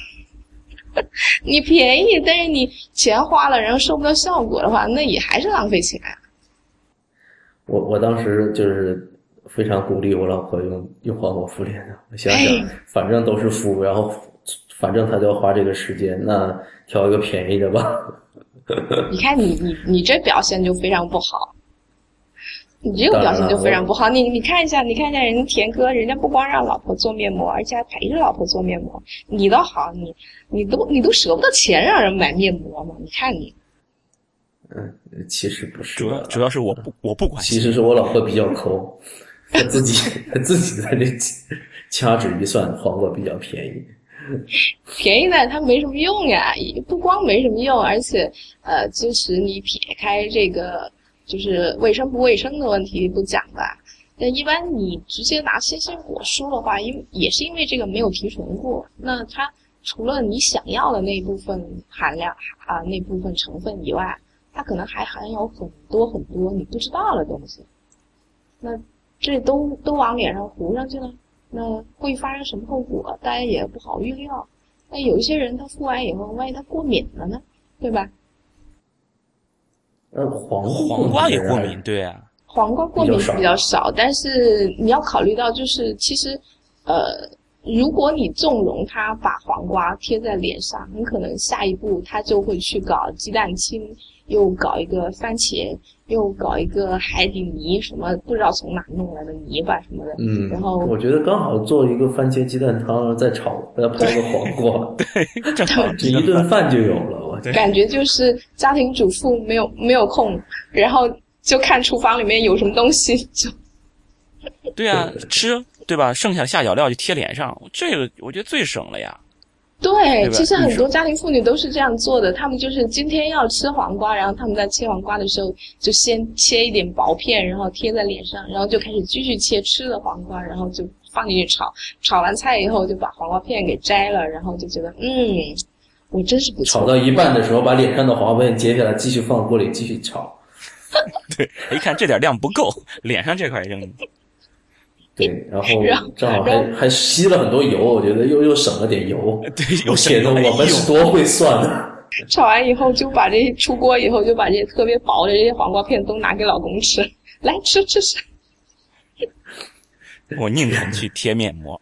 你便宜，但是你钱花了，然后收不到效果的话，那也还是浪费钱啊。 我我当时就是非常鼓励我老婆用用黄瓜敷脸的。我想想，反正都是敷，然后反正她就要花这个时间，那挑一个便宜的吧。 你看你你你这表现就非常不好。你这个表现就非常不好，你你看一下，你看一下人家田哥，人家不光让老婆做面膜，而且还陪着老婆做面膜。你倒好，你你都你都舍不得钱让人买面膜吗？你看你。 嗯，其实不是， 主要主要是我不我不管。 其实是我老婆比较抠，她自己她自己在这掐指一算，黄瓜比较便宜。 便宜的它没什么用呀，不光没什么用，而且呃，即使你撇开这个。就是卫生不卫生的问题不讲吧，但一般你直接拿新鲜果蔬的话，因为也是因为这个没有提纯过，那它除了你想要的那部分含量啊、呃、那部分成分以外，它可能还含有很多很多你不知道的东西。那这都都往脸上糊上去了，那会发生什么后果，大家也不好预料。那有一些人他敷完以后，万一他过敏了呢，对吧？ 呃，黄黄瓜也过敏，对啊。 黄瓜过敏比较少，但是你要考虑到，就是其实，呃，如果你纵容他把黄瓜贴在脸上，很可能下一步他就会去搞鸡蛋清，又搞一个番茄，又搞一个海底泥，什么不知道从哪弄来的泥巴什么的。 嗯， 然后我觉得刚好做一个番茄鸡蛋汤，再炒，再配个黄瓜， 对，正好这一顿饭就有了。我感觉就是家庭主妇没有没有空，然后就看厨房里面有什么东西就。 对啊，吃对吧？剩下的下脚料就贴脸上，这个我觉得最省了呀。 对，其实很多家庭妇女都是这样做的，她们就是今天要吃黄瓜，然后她们在切黄瓜的时候就先切一点薄片，然后贴在脸上，然后就开始继续切吃的黄瓜，然后就放进去炒，炒完菜以后就把黄瓜片给摘了，然后就觉得嗯，我真是不错。 炒到一半的时候，把脸上的黄瓜片揭下来，继续放锅里继续炒。 对，一看这点量不够，脸上这块扔。 对，然后正好还还吸了很多油，我觉得又又省了点油。 对，有显得我们是多会算的。 炒完以后就把这些出锅以后就把这些特别薄的这些黄瓜片都拿给老公吃，来吃吃吃。 我宁肯去贴面膜，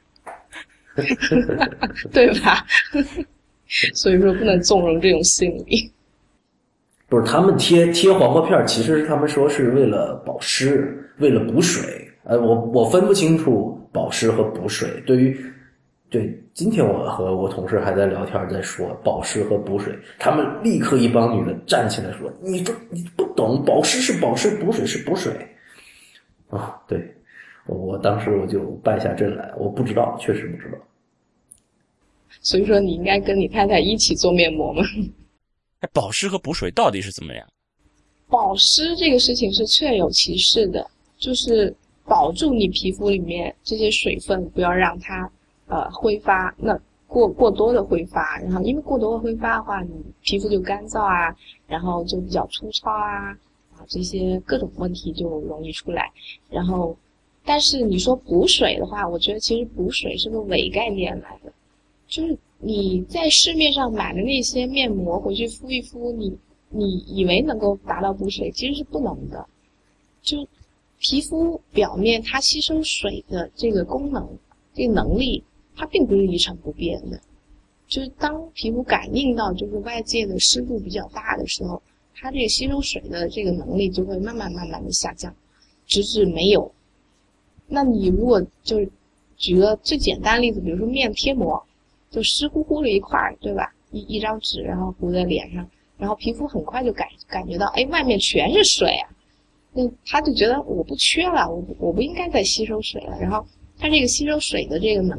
对吧？所以说不能纵容这种心理。 不是，他们贴贴黄瓜片，其实他们说是为了保湿，为了补水。呃，我我分不清楚保湿和补水。对于，对，今天我和我同事还在聊天，在说保湿和补水，他们立刻一帮女的站起来说：“你这你不懂，保湿是保湿，补水是补水。”啊，对，我我当时我就败下阵来，我不知道，确实不知道。 所以说，你应该跟你太太一起做面膜吗？ 哎，保湿和补水到底是怎么样？ 保湿这个事情是确有其事的，就是保住你皮肤里面这些水分，不要让它呃挥发，那过过多的挥发，然后因为过多的挥发的话，你皮肤就干燥啊，然后就比较粗糙啊，啊这些各种问题就容易出来。然后，但是你说补水的话，我觉得其实补水是个伪概念来的，就是你在市面上买的那些面膜回去敷一敷，你你以为能够达到补水，其实是不能的。就皮肤表面它吸收水的这个功能，这个能力，它并不是一成不变的。就是当皮肤感应到就是外界的湿度比较大的时候，它这个吸收水的这个能力就会慢慢慢慢的下降，直至没有。那你如果就是举个最简单的例子，比如说面贴膜，就湿乎乎的一块，对吧？一一张纸，然后糊在脸上，然后皮肤很快就感感觉到，哎，外面全是水啊。那他就觉得我不缺了，我不我不应该再吸收水了。然后它这个吸收水的这个能量，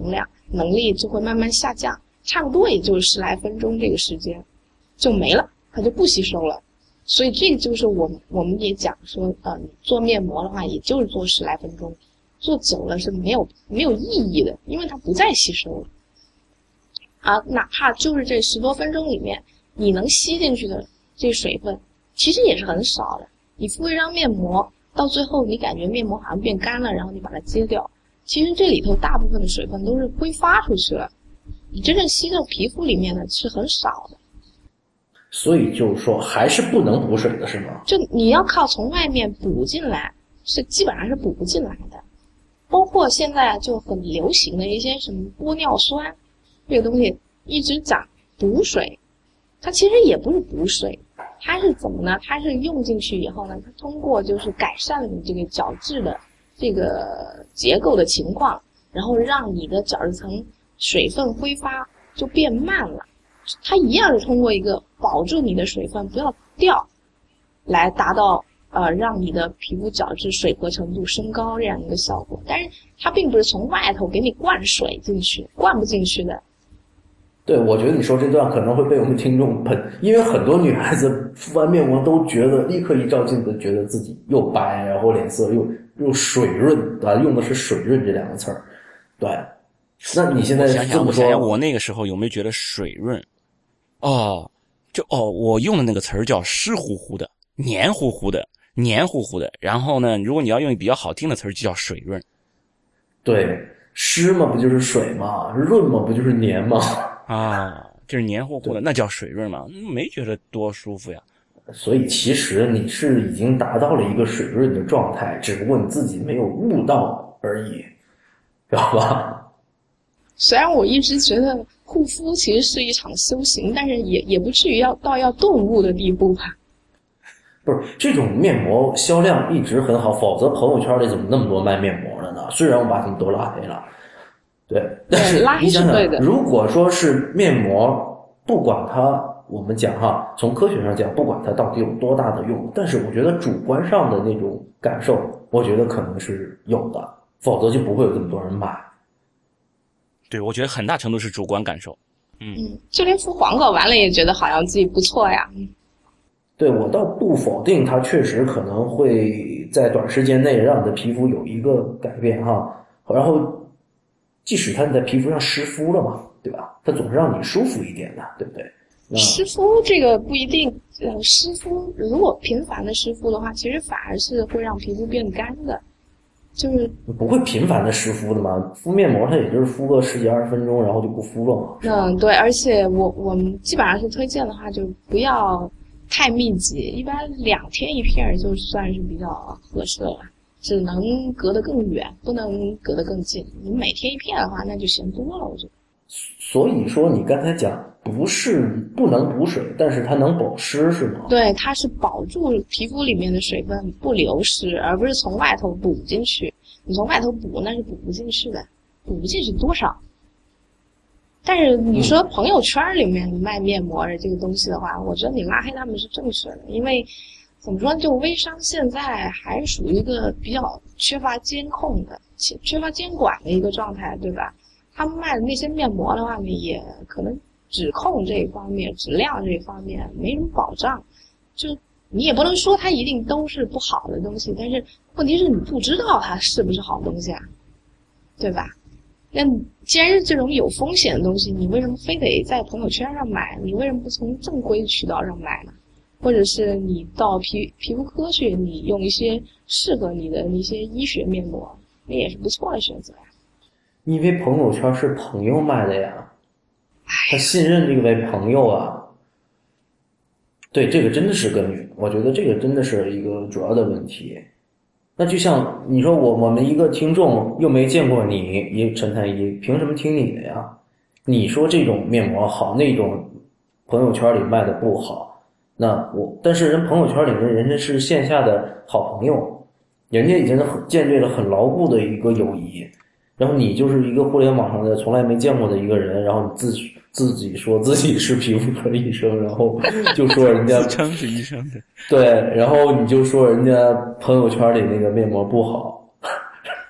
能力就会慢慢下降，差不多也就十来分钟这个时间就没了，它就不吸收了。所以这个就是我们我们也讲说，呃，做面膜的话，也就是做十来分钟，做久了是没有没有意义的，因为它不再吸收了。啊，哪怕就是这十多分钟里面，你能吸进去的这水分，其实也是很少的。你敷一张面膜，到最后你感觉面膜好像变干了，然后你把它揭掉，其实这里头大部分的水分都是挥发出去了，你真正吸到皮肤里面的是很少的。 所以就是说还是不能补水的是吗？ 就你要靠从外面补进来，是基本上是补不进来的。包括现在就很流行的一些什么玻尿酸，这个东西一直讲补水，它其实也不是补水，它是怎么呢？它是用进去以后呢，它通过就是改善你这个角质的这个结构的情况，然后让你的角质层水分挥发就变慢了。它一样是通过一个保住你的水分不要掉，来达到呃让你的皮肤角质水合程度升高这样一个效果。但是它并不是从外头给你灌水进去，灌不进去的。 对，我觉得你说这段可能会被我们听众喷，因为很多女孩子敷完面膜都觉得立刻一照镜子觉得自己又白，然后脸色又又水润，啊，用的是水润这两个词儿。对，那你现在想想， 这么说， 我想想，我那个时候有没有觉得水润？哦，就哦，我用的那个词儿叫湿乎乎的、黏糊糊的、黏糊糊的。然后呢，如果你要用比较好听的词儿，就叫水润。 对，湿嘛不就是水嘛，润嘛不就是黏嘛。 啊，就是黏糊糊的，那叫水润嘛，没觉得多舒服呀。 所以其实你是已经达到了一个水润的状态，只不过你自己没有悟到而已，知道吧？ 虽然我一直觉得护肤其实是一场修行，但是也也不至于要到要顿悟的地步吧。 不是，这种面膜销量一直很好，否则朋友圈里怎么那么多卖面膜的呢？虽然我把他们都拉黑了，对，但是你想想，如果说是面膜，不管它，我们讲哈，从科学上讲，不管它到底有多大的用，但是我觉得主观上的那种感受，我觉得可能是有的，否则就不会有这么多人买。 对，我觉得很大程度是主观感受。嗯嗯，就连敷黄膏完了也觉得好像自己不错呀。 对，我倒不否定它确实可能会在短时间内让你的皮肤有一个改变哈，然后即使它在皮肤上湿敷了嘛，对吧？它总是让你舒服一点的，对不对？ 湿敷这个不一定，呃，湿敷如果频繁的湿敷的话，其实反而是会让皮肤变干的。就是不会频繁的湿敷的嘛，敷面膜它也就是敷个十几二十分钟，然后就不敷了嘛。 嗯，对，而且我我们基本上是推荐的话，就不要太密集，一般两天一片就算是比较合适了，只能隔得更远，不能隔得更近。你每天一片的话，那就嫌多了，我觉得。 所以说你刚才讲不是不能补水，但是它能保湿是吗？ 对，它是保住皮肤里面的水分不流失，而不是从外头补进去。你从外头补那是补不进去的，补不进去多少。但是你说朋友圈里面卖面膜的这个东西的话，我觉得你拉黑他们是正确的，因为怎么说呢，就微商现在还属于一个比较缺乏监控的、缺乏监管的一个状态，对吧？他们卖的那些面膜的话呢，也可能质控这一方面、质量这一方面没什么保障。就你也不能说它一定都是不好的东西，但是问题是你不知道它是不是好东西啊，对吧？那既然是这种有风险的东西，你为什么非得在朋友圈上买？你为什么不从正规渠道上买呢？或者是你到皮皮肤科学，你用一些适合你的一些医学面膜，那也是不错的选择呀。 因为朋友圈是朋友卖的呀，他信任这个为朋友啊。对，这个真的是根源，我觉得这个真的是一个主要的问题。那就像你说我我们一个听众又没见过你，也陈太医，凭什么听你的呀？你说这种面膜好，那种朋友圈里卖的不好，那我但是人朋友圈里面人家是线下的好朋友，人家已经很建立了很牢固的一个友谊，然后你就是一个互联网上的从来没见过的一个人，然后你自自己说自己是皮肤科医生，然后就说人家自称是医生的， 对，然后你就说人家朋友圈里那个面膜不好，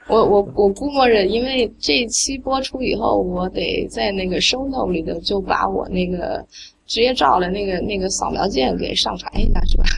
我我我估摸着，因为这一期播出以后，我得在那个 show note 里头就把我那个职业照的那个那个扫描件给上传一下，是吧？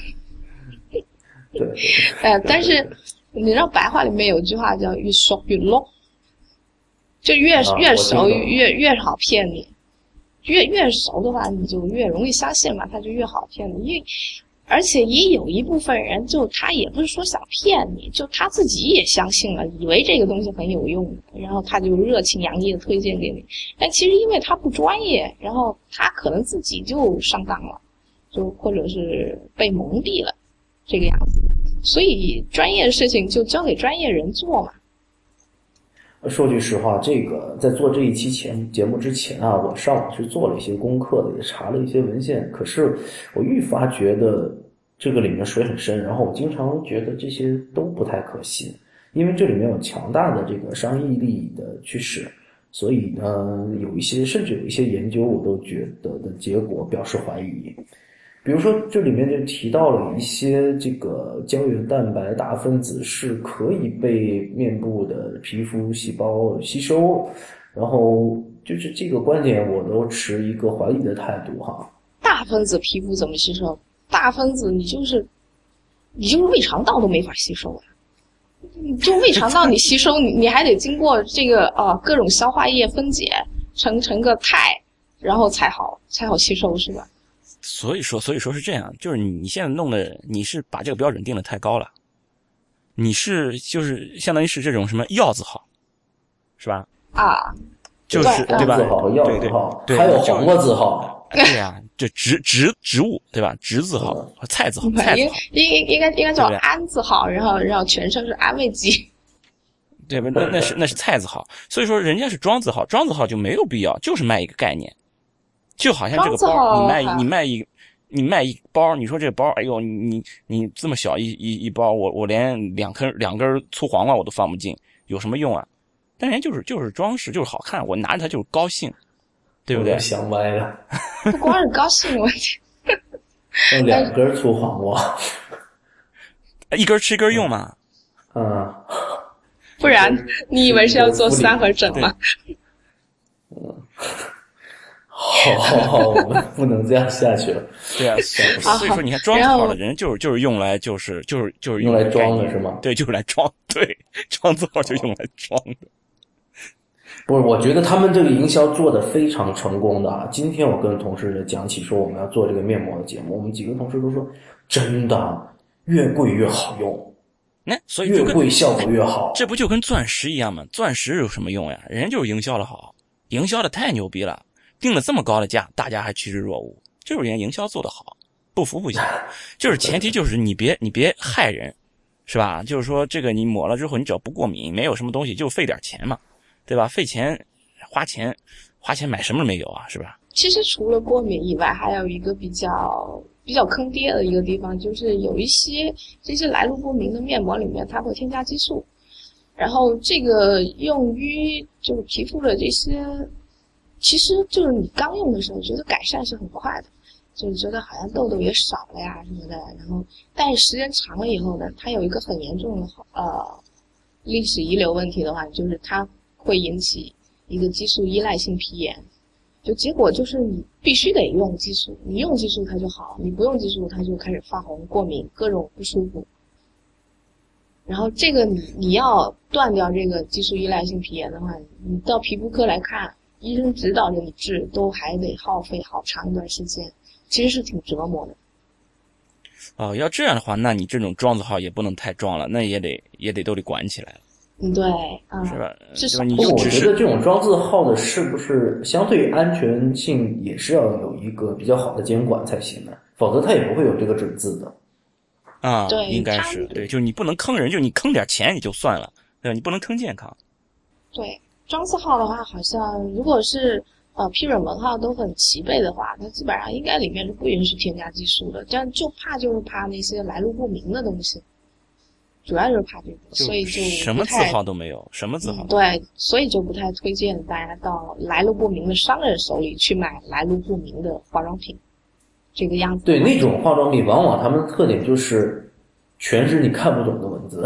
对。 呃，但是你知道白话里面有句话叫越熟越漏，就越、啊、越熟越越好骗你，越越熟的话你就越容易相信嘛，他就越好骗你。因为而且也有一部分人，就他也不是说想骗你，就他自己也相信了，以为这个东西很有用，然后他就热情洋溢的推荐给你。但其实因为他不专业，然后他可能自己就上当了，就或者是被蒙蔽了，这个样子。所以专业的事情就交给专业人做嘛。 说句实话，这个在做这一期前节目之前啊，我上网去做了一些功课的，也查了一些文献。可是我愈发觉得这个里面水很深，然后我经常觉得这些都不太可信，因为这里面有强大的这个商业利益的驱使。所以呢，有一些甚至有一些研究，我都觉得的结果表示怀疑。比如说，这里面就提到了一些这个胶原蛋白大分子是可以被面部的皮肤细胞吸收，然后就是这个观点我都持一个怀疑的态度哈。 大分子皮肤怎么吸收？大分子你就是你就是胃肠道都没法吸收啊！你就胃肠道你吸收，你你还得经过这个呃各种消化液分解成成个肽，然后才好才好吸收，是吧？ 所以说，所以说是这样，就是你你现在弄的，你是把这个标准定的太高了，你是就是相当于是这种什么药字号，是吧？ 啊， 就是对吧？ 字号、药字号，还有黄瓜字号。 对呀、啊，这植植植物对吧？植字号和菜字号，菜字号应应应该应该叫安字号，然后然后全称是安慰剂。 对吧？那那是那是菜字号，所以说人家是庄字号，庄字号就没有必要，就是卖一个概念。就好像这个包，你卖你卖一你卖一包，你说这个包，哎呦，你你这么小一一一包，我我连两根两根粗黄瓜我都放不进，有什么用啊？但人家就是就是装饰，就是好看，我拿着它就是高兴，对不对？ 想歪了， 不光是高兴问题， 用两根粗黄瓜， 一根吃一根用嘛？ 嗯， 不然你以为是要做三合整吗？ 嗯。好好好，我们不能这样下去了。 对啊，所以说你看装字号的人就是就是用来就是就是就是用来装的是吗？ 对，就是来装，对，装字号就用来装的。 不是，我觉得他们这个营销做得非常成功的啊！今天我跟同事讲起说我们要做这个面膜的节目，我们几个同事都说真的，越贵越好用。 那所以越贵效果越好， 这不就跟钻石一样吗？钻石有什么用呀？人家就是营销的好，营销的太牛逼了。定了这么高的价，大家还趋之若鹜，就是人家营销做得好，不服不行。就是前提就是你别你别害人，是吧？就是说这个你抹了之后，你只要不过敏，没有什么东西，就费点钱嘛，对吧？费钱花钱花钱买什么没有啊，是吧？ 其实除了过敏以外，还有一个比较比较坑爹的一个地方，就是有一些这些来路不明的面膜里面，它会添加激素，然后这个用于就是皮肤的这些。其实就是你刚用的时候觉得改善是很快的，就是觉得好像痘痘也少了呀什么的，然后但是时间长了以后呢，它有一个很严重的呃历史遗留问题的话，就是它会引起一个激素依赖性皮炎，就结果就是你必须得用激素，你用激素它就好，你不用激素它就开始发红、过敏、各种不舒服。然后这个你你要断掉这个激素依赖性皮炎的话，你到皮肤科来看。医生指导着你治，都还得耗费好长一段时间，其实是挺折磨的。 哦，要这样的话，那你这种庄字号也不能太装了，那也得也得都得管起来了。 嗯，对，嗯， 是吧？ 至少你我觉得这种庄字号的是不是相对安全性也是要有一个比较好的监管才行的，否则它也不会有这个准字的。 啊， 对， 应该是对，就是你不能坑人，就你坑点钱也就算了，对吧？你不能坑健康。 对。庄字号的话，好像如果是呃批准文号都很齐备的话，它基本上应该里面是不允许添加激素的。但就怕就是怕那些来路不明的东西，主要就是怕这个，所以就什么字号都没有，什么字号、 嗯、对，所以就不太推荐大家到来路不明的商人手里去买来路不明的化妆品，这个样子。 对，那种化妆品往往他们的特点就是全是你看不懂的文字。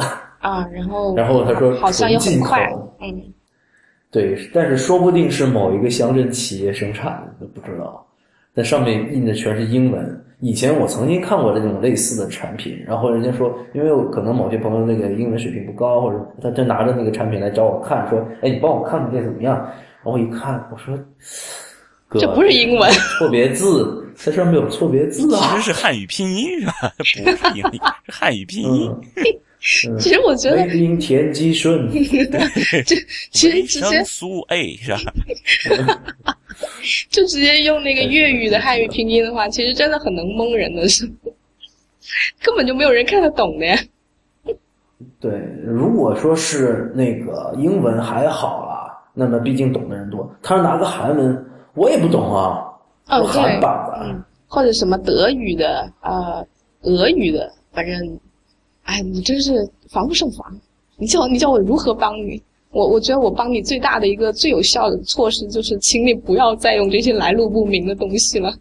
啊，然后然后他说好像又很快，嗯， 对，但是说不定是某一个乡镇企业生产的，都不知道。但上面印的全是英文。以前我曾经看过这种类似的产品，然后人家说，因为我可能某些朋友那个英文水平不高，或者他就拿着那个产品来找我看，说，哎，你帮我看看这怎么样？然后一看，我说，哥， 这不是英文， 错别字，它上面有错别字啊， 其实是汉语拼音是吧？不是英语，是汉语拼音。 嗯、 其实我觉得梅林田基顺， 这其实直接苏 A 是吧？ 就直接用那个粤语的汉语拼音的话，其实真的很能蒙人的，是根本就没有人看得懂的呀。 对，如果说是那个英文还好啦，那么毕竟懂的人多。他是拿个韩文，我也不懂啊， 哦， 我韩版的、 嗯，或者什么德语的、呃俄语的，反正，哎，你真是防不胜防。你叫你叫我如何帮你？我我觉得我帮你最大的一个最有效的措施就是，请你不要再用这些来路不明的东西了。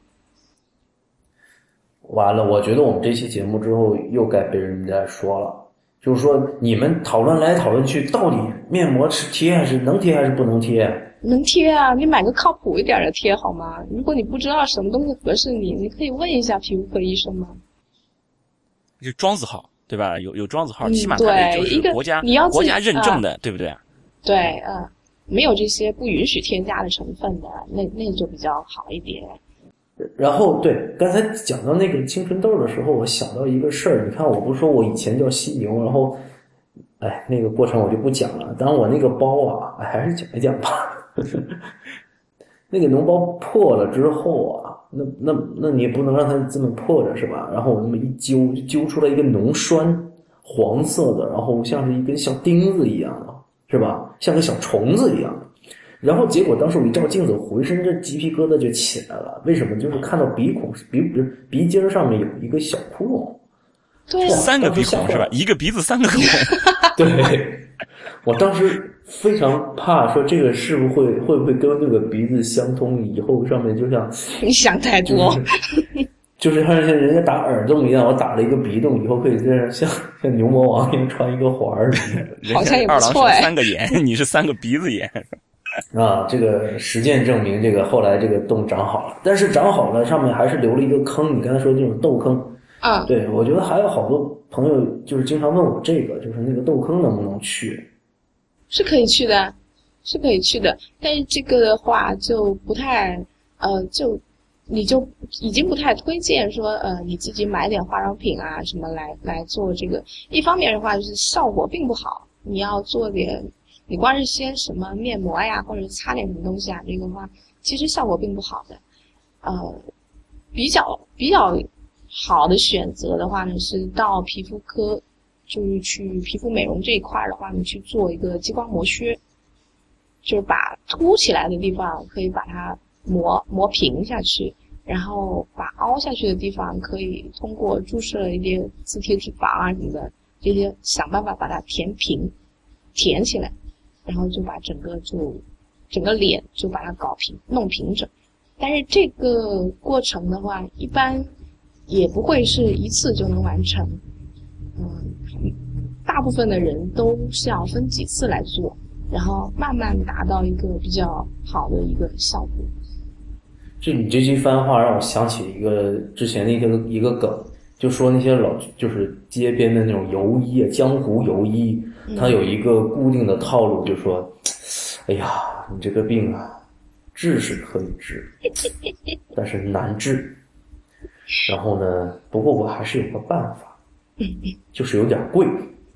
完了，我觉得我们这期节目之后又该被人家说了，就是说你们讨论来讨论去，到底面膜是贴还是能贴还是不能贴？ 能贴啊，你买个靠谱一点的贴好吗？如果你不知道什么东西合适你，你可以问一下皮肤科医生吗？ 就庄子号对吧？有有庄子号， 嗯、 起码它就是国家你要国家认证的， 呃、 对不对？ 对，嗯、呃，没有这些不允许添加的成分的，那那就比较好一点。 然后对，刚才讲到那个青春痘的时候，我想到一个事儿。你看，我不是说我以前叫犀牛，然后，哎，那个过程我就不讲了。当然，我那个包啊，哎，还是讲一讲吧。那个脓包破了之后啊，那那那你也不能让它这么破着是吧？然后我那么一揪，就揪出来一个脓栓，黄色的，然后像是一根小钉子一样的，是吧？像个小虫子一样的。然后结果当时我一照镜子，浑身这鸡皮疙瘩就起来了。为什么？就是看到鼻孔鼻鼻鼻尖上面有一个小窟窿。 对， 三个鼻孔是吧？一个鼻子三个孔。 对，我当时非常怕说这个是不是会会不会跟那个鼻子相通，以后上面就像你想太多。 就是就是像人家打耳洞一样，我打了一个鼻洞，以后可以这样像像牛魔王一样穿一个环儿。 好像也不错哎。二郎神三个眼，你是三个鼻子眼。 啊，这个实践证明，这个后来这个洞长好了，但是长好了，上面还是留了一个坑。你刚才说这种痘坑， 啊， 对，我觉得还有好多朋友就是经常问我这个，就是那个痘坑能不能去？ 是可以去的，是可以去的，但是这个的话就不太，呃，就你就已经不太推荐说，呃，你自己买点化妆品啊什么来来做这个。一方面的话，就是效果并不好，你要做点。你光是些什么面膜呀，或者擦点什么东西啊，这个话其实效果并不好的。呃，比较比较好的选择的话呢，是到皮肤科，就是去皮肤美容这一块的话，你去做一个激光磨削，就是把凸起来的地方可以把它磨磨平下去，然后把凹下去的地方可以通过注射一些自体脂肪啊什么的，这些想办法把它填平、填起来。然后就把整个就整个脸就把它搞平弄平整，但是这个过程的话一般也不会是一次就能完成，嗯，大部分的人都是要分几次来做，然后慢慢达到一个比较好的一个效果。 就你这句番话让我想起一个之前的一个一个梗，就说那些老就是街边的那种游医啊，江湖游医，他有一个固定的套路，就说，哎呀，你这个病啊，治是可以治，但是难治。然后呢，不过我还是有个办法，就是有点贵。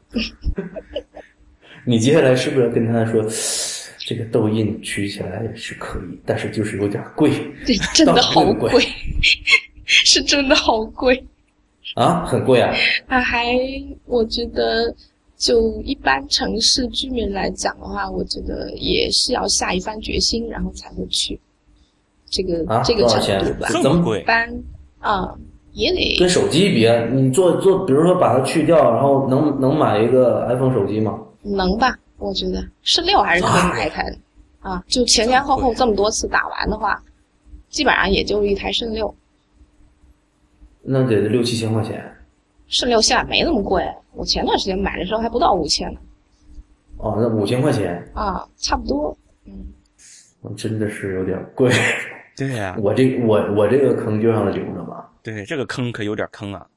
你接下来是不是要跟他说，这个痘印取起来也是可以，但是就是有点贵。 对，真的好贵， 贵，是真的好贵。 啊，很贵啊！ 啊，还我觉得，就一般城市居民来讲的话，我觉得也是要下一番决心，然后才会去这个、 啊、 这个程度吧。 这么贵？ 一般啊、嗯，也得跟手机比，你做做，比如说把它去掉，然后能能买一个 iPhone 手机吗？ 能吧？我觉得十六还是可以买一台的啊, 啊。就前前后后这么多次打完的话，基本上也就是一台圣六。 那得六七千块钱， 肾六现在没那么贵，我前段时间买的时候还不到五千呢。 哦，那五千块钱啊，差不多。嗯， 真的是有点贵。 对呀、啊， 我这我我这个坑就让它留着吧。 对，这个坑可有点坑啊。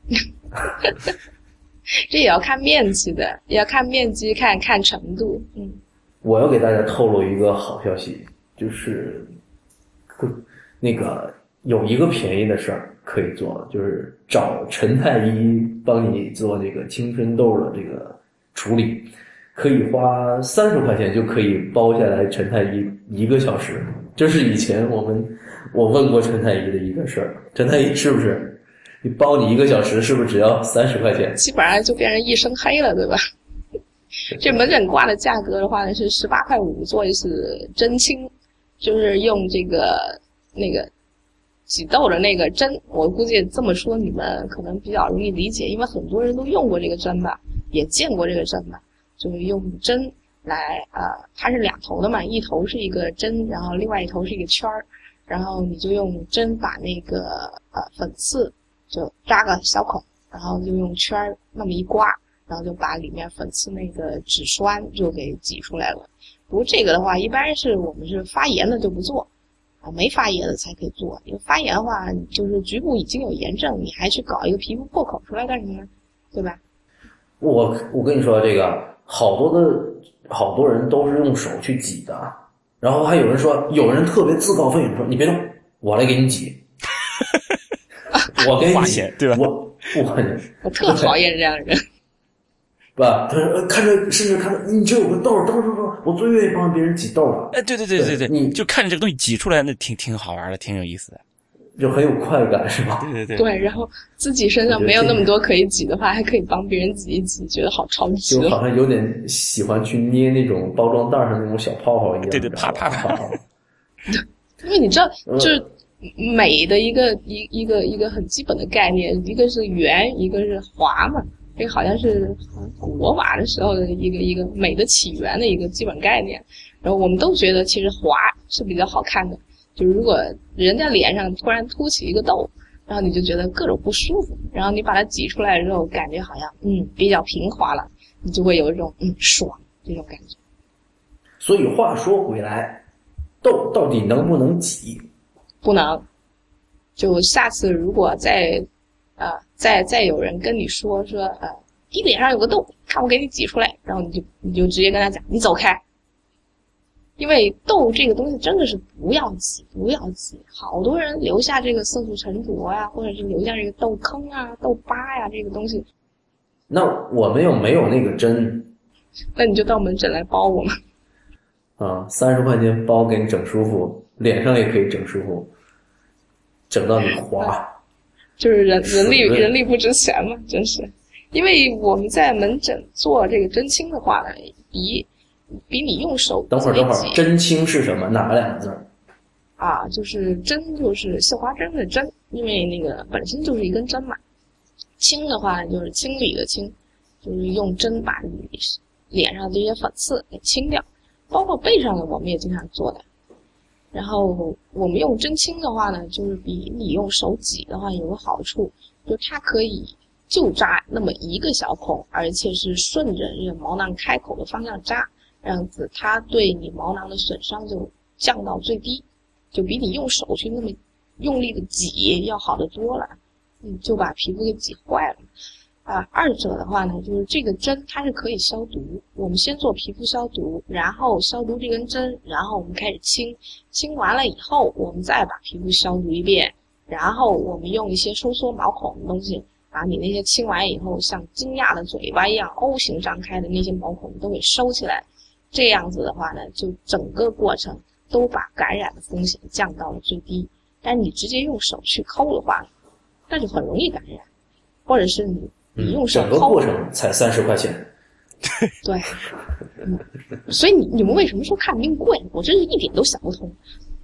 这也要看面积的，也要看面积，看看程度。嗯， 我要给大家透露一个好消息，就是那个有一个便宜的事儿可以做，就是找陈太医帮你做这个青春痘的这个处理，可以花三十块钱就可以包下来陈太医一个小时。这是以前我们我问过陈太医的一个事儿，陈太医是不是？你包你一个小时是不是只要三十块钱？ 基本上就变成一身黑了，对吧？这门诊挂的价格的话呢是十八块五做一次针清，就是用这个那个挤痘的那个针。我估计这么说你们可能比较容易理解，因为很多人都用过这个针吧，也见过这个针吧，就是用针来呃，它是两头的嘛，一头是一个针，然后另外一头是一个圈儿，然后你就用针把那个呃粉刺就扎个小孔，然后就用圈儿那么一刮，然后就把里面粉刺那个脂栓就给挤出来了。不过这个的话，一般是我们是发炎的就不做啊，没发炎的才可以做。因为发炎的话，就是局部已经有炎症，你还去搞一个皮肤破口出来干什么呢？对吧？ 我我跟你说这个，好多的好多人都是用手去挤的，然后还有人说，有人特别自告奋勇说：“你别动，我来给你挤。”我跟你挤， 对吧？ 我我我特讨厌这样的人。 吧，他说看着甚至看着你这有个痘，痘痘痘，我最愿意帮别人挤痘了。 哎，对对对对对， 你就看着这个东西挤出来，那挺挺好玩的，挺有意思的， 就很有快感，是吧？ 对对对。 对，然后自己身上没有那么多可以挤的话，还可以帮别人挤一挤，觉得好超值。 就好像有点喜欢去捏那种包装袋上那种小泡泡一样。 对对，啪啪啪。 因为你知道，就是美的一个一一个一个很基本的概念，一个是圆，一个是滑嘛。这个好像是古罗马的时候的一个一个美的起源的一个基本概念。然后我们都觉得其实滑是比较好看的，就是如果人家脸上突然凸起一个痘，然后你就觉得各种不舒服，然后你把它挤出来之后，感觉好像嗯比较平滑了，你就会有一种嗯爽这种感觉。 所以话说回来，痘到底能不能挤？ 不能。就下次如果再呃再再有人跟你说说呃你脸上有个痘，看我给你挤出来，然后你就你就直接跟他讲你走开。因为痘这个东西真的是不要挤，不要挤。好多人留下这个色素沉着啊，或者是留下这个痘坑啊、痘疤呀、啊、这个东西。 那我们又没有那个针， 那你就到门诊来包我们。 啊，三十块钱包给你整舒服，脸上也可以整舒服，整到你滑。 就是人人力人力不值钱嘛，真是。因为我们在门诊做这个针清的话呢，比比你用手等会儿等会儿，针清是什么？哪两个字？ 啊，就是针，就是绣花针的针，因为那个本身就是一根针嘛。清的话就是清理的清，就是用针把你脸上这些粉刺给清掉，包括背上的我们也经常做的。然后我们用针清的话呢，就是比你用手挤的话有个好处，就它可以就扎那么一个小孔，而且是顺着这个毛囊开口的方向扎，这样子它对你毛囊的损伤就降到最低，就比你用手去那么用力的挤要好得多了，你就把皮肤给挤坏了。啊，二者的话呢，就是这个针它是可以消毒，我们先做皮肤消毒，然后消毒这根针，然后我们开始清，清完了以后，我们再把皮肤消毒一遍，然后我们用一些收缩毛孔的东西，把你那些清完以后像惊讶的嘴巴一样 O 型张开的那些毛孔都给收起来，这样子的话呢，就整个过程都把感染的风险降到了最低。但是你直接用手去抠的话，那就很容易感染，或者是你你用手抠， 整个过程才三十块钱。 对，嗯，所以你你们为什么说看病贵？我真是一点都想不通。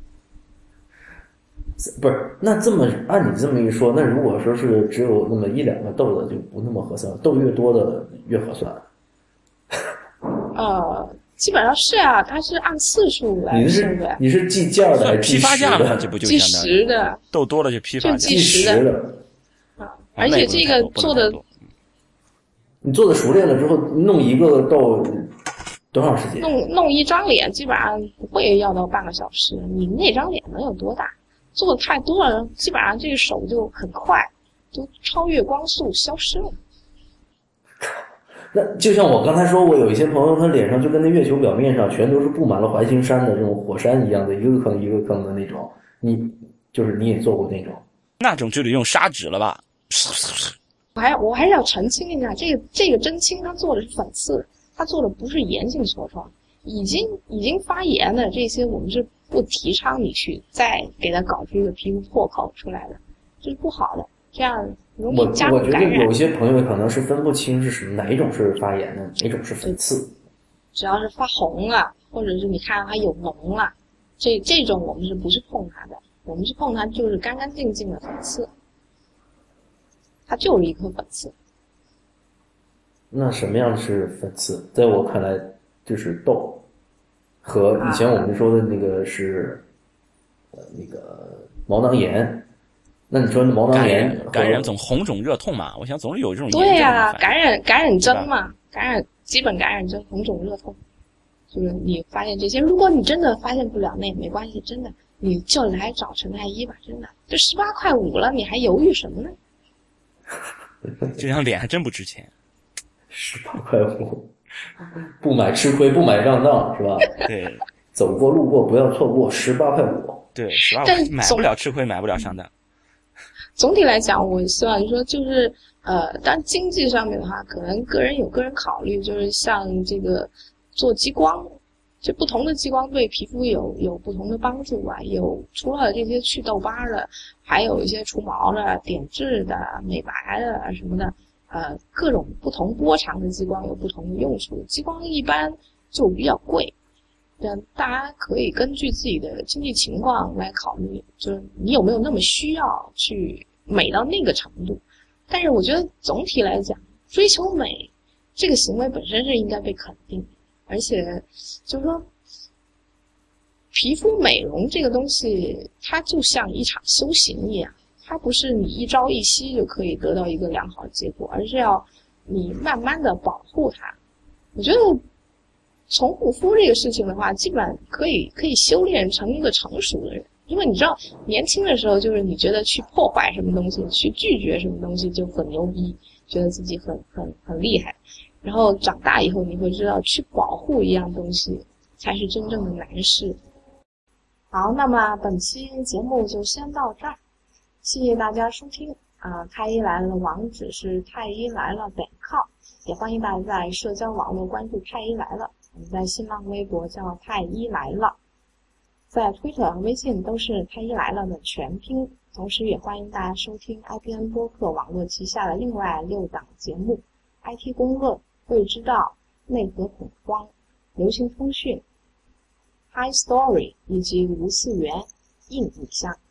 不是，那这么按你这么一说，那如果说是只有那么一两个痘的就不那么合算，痘越多的越合算。 呃，基本上是啊，它是按次数来收的。 你是计件的还是批发价的？这不就计时的？ 痘多了就批发价， 计时的。啊， 而且这个做的， 你做的熟练了之后，弄一个豆多长时间？ 弄弄一张脸基本上不会要到半个小时。你那张脸能有多大？做的太多了，基本上这个手就很快，就超越光速消失了。 那就像我刚才说，我有一些朋友，他脸上就跟那月球表面上全都是布满了环形山的这种火山一样的，一个坑一个坑的那种。你就是你也做过那种？ 那种就得用砂纸了吧？ 我还我还是要澄清一下，这个这个针清它做的是粉刺，它做的不是炎性痤疮。已经已经发炎的这些，我们是不提倡你去再给它搞出一个皮肤破口出来的，这是不好的，这样容易加入感染。 我我觉得有些朋友可能是分不清是什么哪一种是发炎的，哪种是粉刺。 只要是发红了，或者是你看到它有脓了，这这种我们是不是碰它的？我们是碰它就是干干净净的粉刺，它就是一颗粉刺。 那什么样的是粉刺？在我看来，就是痘。和以前我们说的那个是，呃，那个毛囊炎。那你说毛囊炎感染总红肿热痛嘛？我想总是有这种对呀、啊，感染感染针嘛，感染基本感染针红肿热痛，就是你发现这些，如果你真的发现不了，那也没关系，真的你就来找陈太医吧，真的就十八块五了，你还犹豫什么呢？ 这张脸还真不值钱， 十八块五。不买吃亏，不买上当，是吧？ 对， 走过路过不要错过，十八块五。 对，十八块五买不了吃亏，买不了上当。 总体来讲，我希望说就是呃，但经济上面的话，可能个人有个人考虑，就是像这个做激光，就不同的激光对皮肤有有不同的帮助啊。有除了这些祛痘疤的，还有一些除毛的、点痣的、美白的什么的。呃，各种不同波长的激光有不同的用处，激光一般就比较贵，但大家可以根据自己的经济情况来考虑，就是你有没有那么需要去美到那个程度。但是我觉得总体来讲，追求美这个行为本身是应该被肯定的，而且就是说，皮肤美容这个东西，它就像一场修行一样。它不是你一朝一夕就可以得到一个良好的结果，而是要你慢慢的保护它。我觉得从护肤这个事情的话，基本可以可以修炼成一个成熟的人。因为你知道，年轻的时候就是你觉得去破坏什么东西，去拒绝什么东西就很牛逼，觉得自己很很很厉害。然后长大以后，你会知道去保护一样东西才是真正的难事。好，那么本期节目就先到这儿。谢谢大家收听啊、呃！太医来了的网址是太医来了 .com， 也欢迎大家在社交网络关注太医来了。我们在新浪微博叫太医来了，在推特和微信都是太医来了的全拼。同时也欢迎大家收听 I P N 播客网络旗下的另外六档节目 ：I T 公论、未知道、内核恐慌、流行通讯、High Story 以及无次元硬影像。